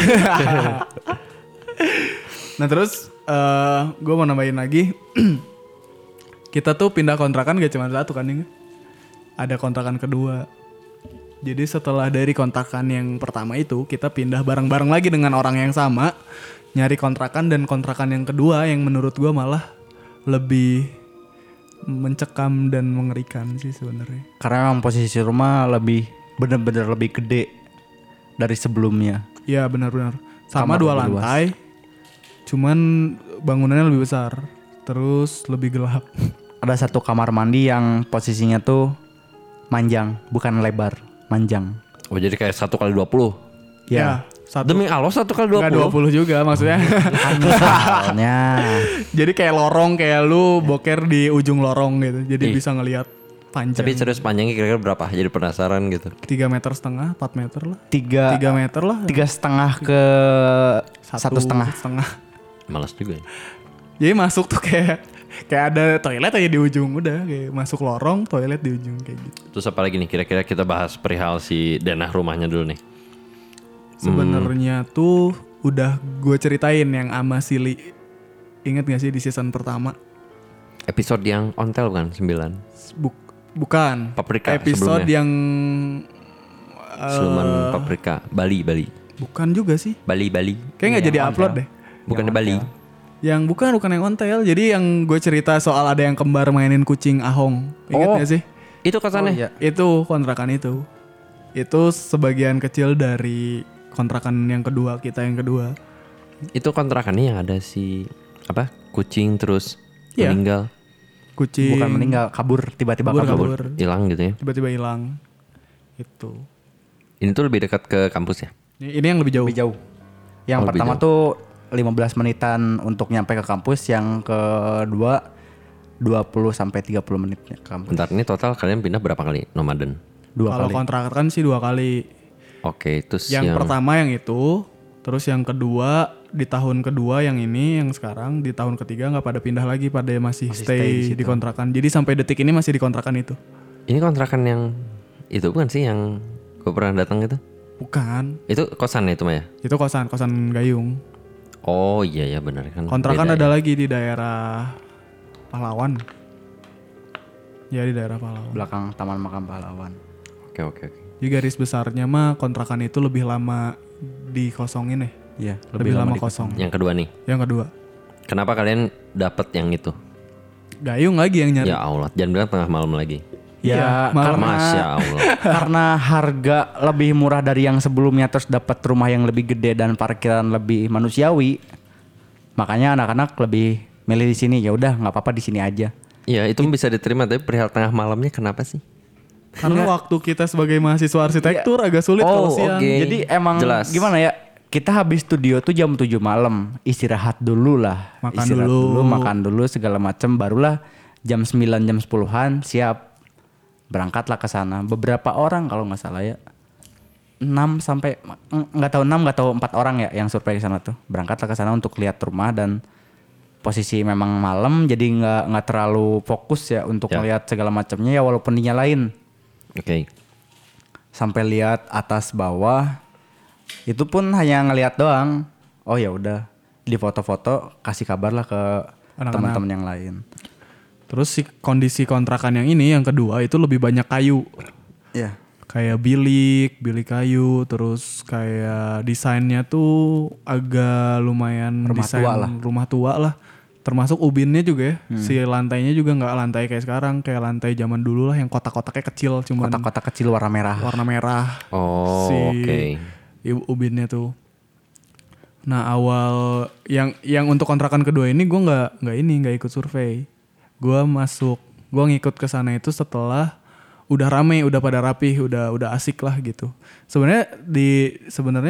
Nah terus gue mau nambahin lagi. Kita tuh pindah kontrakan gak cuma satu kan, ingat? Ada kontrakan kedua. Jadi setelah dari kontrakan yang pertama itu, kita pindah bareng-bareng lagi dengan orang yang sama, nyari kontrakan, dan kontrakan yang kedua yang menurut gue malah lebih mencekam dan mengerikan sih sebenarnya.
Karena memang posisi rumah bener-bener lebih gede dari sebelumnya.
Iya benar-benar. Sama
Kamar
2
lebih
lantai, cuman bangunannya lebih besar, terus lebih gelap.
Ada satu kamar mandi yang posisinya tuh manjang, bukan lebar, manjang.
Oh jadi kayak 1x20.
Ya, satu.
Demi Allah 1x20.
Nggak 20 juga maksudnya.
Soalnya
Jadi kayak lorong, kayak lu boker di ujung lorong gitu. Jadi bisa ngelihat panjang.
Tapi serius panjangnya kira-kira berapa? Jadi penasaran gitu.
3,5 meter, 4 meter lah. 3
3
meter lah.
3,5 ke 1,5.
setengah.
Malas juga ya.
Jadi masuk tuh kayak ada toilet aja di ujung, udah kayak masuk lorong, toilet di ujung kayak gitu.
Terus apa lagi nih? Kira-kira kita bahas perihal si denah rumahnya dulu nih.
Sebenarnya tuh udah gue ceritain yang ama Sili. Ingat gak sih di season pertama?
Episode yang ontel bukan? 9.
Bukan.
Paprika
Episode
sebelumnya.
yang
Siluman paprika. Bali.
bukan juga sih.
Bali.
Kayak nggak jadi upload deh.
Bukannya Bali.
Yang bukan yang ontel. Jadi yang gue cerita soal ada yang kembar mainin kucing ahong. Ingat gak sih?
Itu kosannya.
iya.
Itu kontrakan itu. Itu sebagian kecil dari kontrakan yang kedua, kita yang kedua.
Itu kontrakannya yang ada si apa? Kucing terus
Iya.
meninggal.
Kucing.
Bukan meninggal, kabur tiba-tiba kabur.
Kabur.
Hilang gitu ya.
Tiba-tiba hilang. Itu.
Ini tuh lebih dekat ke kampus ya?
Ini yang lebih jauh.
Lebih jauh. Yang
Oh, lebih
pertama tuh 15 menitan untuk nyampe ke kampus, yang kedua 20 sampai 30 menit ke kampus.
Bentar, ini total kalian pindah berapa kali nomaden?
2
Kalau
kali.
kontrakan sih 2 kali.
Oke, terus
Yang
yang
pertama yang itu, terus yang kedua di tahun kedua yang ini, yang sekarang di tahun ketiga nggak pada pindah lagi, pada masih stay di kontrakan. Jadi sampai detik ini masih di kontrakan itu.
ini kontrakan yang itu bukan sih yang gue pernah datang itu?
Bukan,
Itu kosan itu mah ya?
itu kosan Gayung.
Oh iya ya benar kan.
Kontrakan
Beda
ada
ya.
lagi di daerah Pahlawan. Ya di daerah Pahlawan.
belakang Taman Makam Pahlawan.
Oke.
Di garis besarnya mah kontrakan itu lebih lama dikosongin ya.
Iya,
Lebih lama
dikosong.
kosong.
Yang kedua nih.
Yang kedua,
Kenapa kalian dapat yang itu?
Gayung lagi yang nyari.
Ya Allah, jangan bilang tengah malam lagi.
Ya,
malam.
Masya Allah.
karena harga lebih murah dari yang sebelumnya terus dapat rumah yang lebih gede dan parkiran lebih manusiawi. Makanya anak-anak lebih milih di sini. Ya udah, nggak apa-apa di sini aja.
Ya itu bisa diterima, tapi perihal tengah malamnya kenapa sih?
Karena waktu kita sebagai mahasiswa arsitektur agak sulit kalau siang.
oke.
Jadi emang
Jelas.
gimana ya? Kita habis studio tuh jam 7 malam, istirahat dulu lah.
Makan
Istirahat
dulu.
makan dulu segala macem, barulah jam 9 jam 10-an siap. Berangkatlah ke sana. Beberapa orang kalau nggak salah ya 6 sampai nggak tahu 4 orang ya yang survei ke sana tuh. Berangkatlah ke sana untuk lihat rumah dan posisi memang malam jadi nggak terlalu fokus ya untuk
Ya.
melihat segala macamnya ya walaupun dinyalain.
Oke.
Sampai lihat atas bawah itu pun hanya ngelihat doang. Oh ya udah, di foto-foto kasih kabar lah ke
Anak-anak.
teman-teman yang lain.
Terus si kondisi kontrakan yang ini yang kedua itu lebih banyak kayu.
Iya.
Kayak bilik kayu, terus kayak desainnya tuh agak lumayan
Rumah
desain
tua lah.
rumah tua lah. Termasuk ubinnya juga ya. Si lantainya juga nggak lantai kayak sekarang, kayak lantai zaman dulu lah yang kotak-kotaknya kecil, cuman
Kotak-kotak kecil warna merah.
warna merah.
Oh,
si
oke.
ubinnya tuh. Nah awal yang untuk kontrakan kedua ini gue nggak ikut survei. Gue ngikut ke sana itu setelah udah rame, udah pada rapih, udah asik lah gitu. Sebenarnya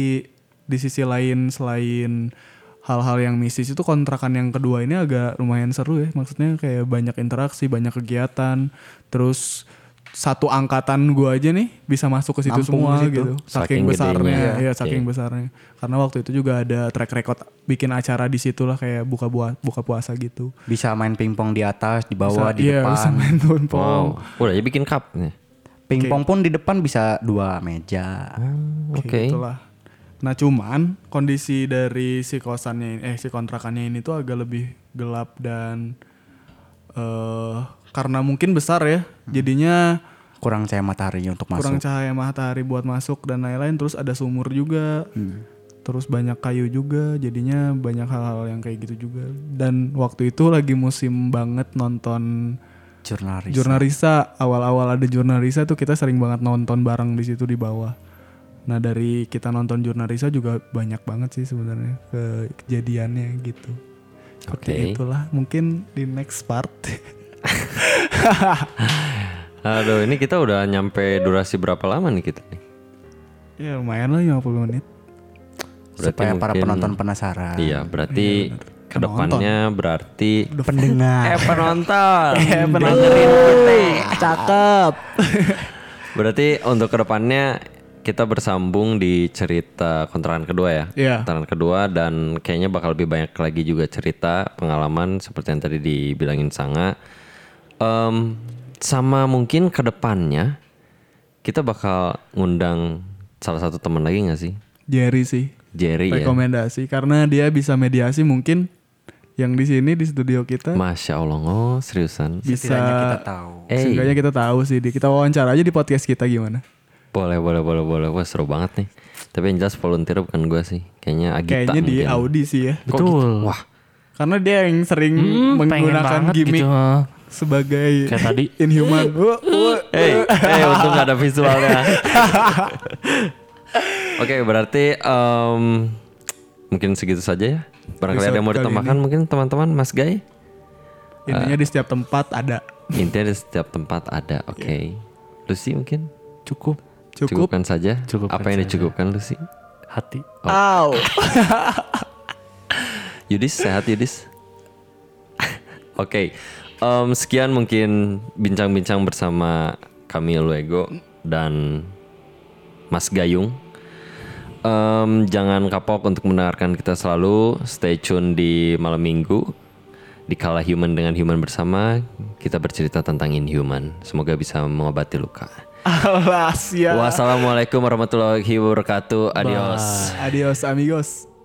di sisi lain selain hal-hal yang mistis itu kontrakan yang kedua ini agak lumayan seru ya. Maksudnya kayak banyak interaksi, banyak kegiatan. Terus satu angkatan gue aja nih bisa masuk ke situ
Nampung
semua
di situ.
gitu.
Saking
Saking besarnya,
gedenya.
ya
Oke.
saking besarnya. Karena waktu itu juga ada track record bikin acara di situ lah kayak buka puasa gitu.
Bisa main pingpong di atas, di bawah, di
Iya, bisa
depan.
main pingpong.
Wow. Udah ya bikin cup nih.
Pingpong pun di depan bisa 2 meja.
Oke.
Kayak gitulah. Nah cuman kondisi dari si kontrakannya ini tuh agak lebih gelap dan karena mungkin besar ya, jadinya
Kurang cahaya mataharinya untuk
kurang
masuk.
cahaya matahari buat masuk dan lain-lain. Terus ada sumur juga, terus banyak kayu juga, jadinya banyak hal-hal yang kayak gitu juga. Dan waktu itu lagi musim banget nonton Jurnarisa. Awal-awal ada Jurnarisa tuh kita sering banget nonton bareng di situ di bawah. Nah dari kita nonton Jurnarisa juga banyak banget sih sebenarnya kejadiannya gitu. Seperti
Oke.
itulah mungkin di next part.
Aduh, ini kita udah nyampe durasi berapa lama nih kita nih?
Ya lumayan lah 50 menit.
Berarti
Supaya para
mungkin-
penonton penasaran.
Iya, berarti kedepannya berarti
Pendengar.
penonton.
Cakep.
Berarti untuk kedepannya kita bersambung di cerita kontrakan kedua ya.
Iya.
Kontrakan kedua dan kayaknya bakal lebih banyak lagi juga cerita pengalaman seperti yang tadi dibilangin Sanga. Sama mungkin kedepannya kita bakal ngundang salah satu teman lagi nggak sih?
Jerry sih.
Jerry ya.
Rekomendasi karena dia bisa mediasi mungkin yang di sini di studio kita
Masya Allah, oh seriusan.
bisa.
Setidaknya kita tahu.
Seenggaknya kita tahu sih. Kita wawancara aja di podcast kita gimana?
Boleh. Wah seru banget nih. Tapi yang jelas volunteer bukan gue sih. Kayaknya Agita
Kayaknya di
mungkin.
Audi sih ya.
Kok gitu?
Betul.
Wah,
Karena dia yang sering
Pengen
menggunakan
banget
gimmick
gitu.
sebagai
Kayak tadi.
Inhuman.
untung gak ada visualnya. Oke, berarti mungkin segitu saja ya. Barangkali ada yang mau
Episode kali
ditambahkan mungkin teman-teman, Mas Gay.
Intinya di setiap tempat ada.
Intinya di setiap tempat ada. Oke. Lucy mungkin
Cukup.
Cukup.
cukupkan saja.
Cukupkan
Apa yang
saja.
dicukupkan Lucy?
Hati.
Au.
Yudis sehat Yudis. Oke. Sekian mungkin bincang-bincang bersama kami Luego dan Mas Gayung. Jangan kapok untuk mendengarkan kita selalu. Stay tune di malam minggu. Di Kala Human dengan Human bersama, kita bercerita tentang Inhuman. Semoga bisa mengobati luka.
Alas ya.
Wassalamualaikum warahmatullahi wabarakatuh. Adios.
Adios amigos.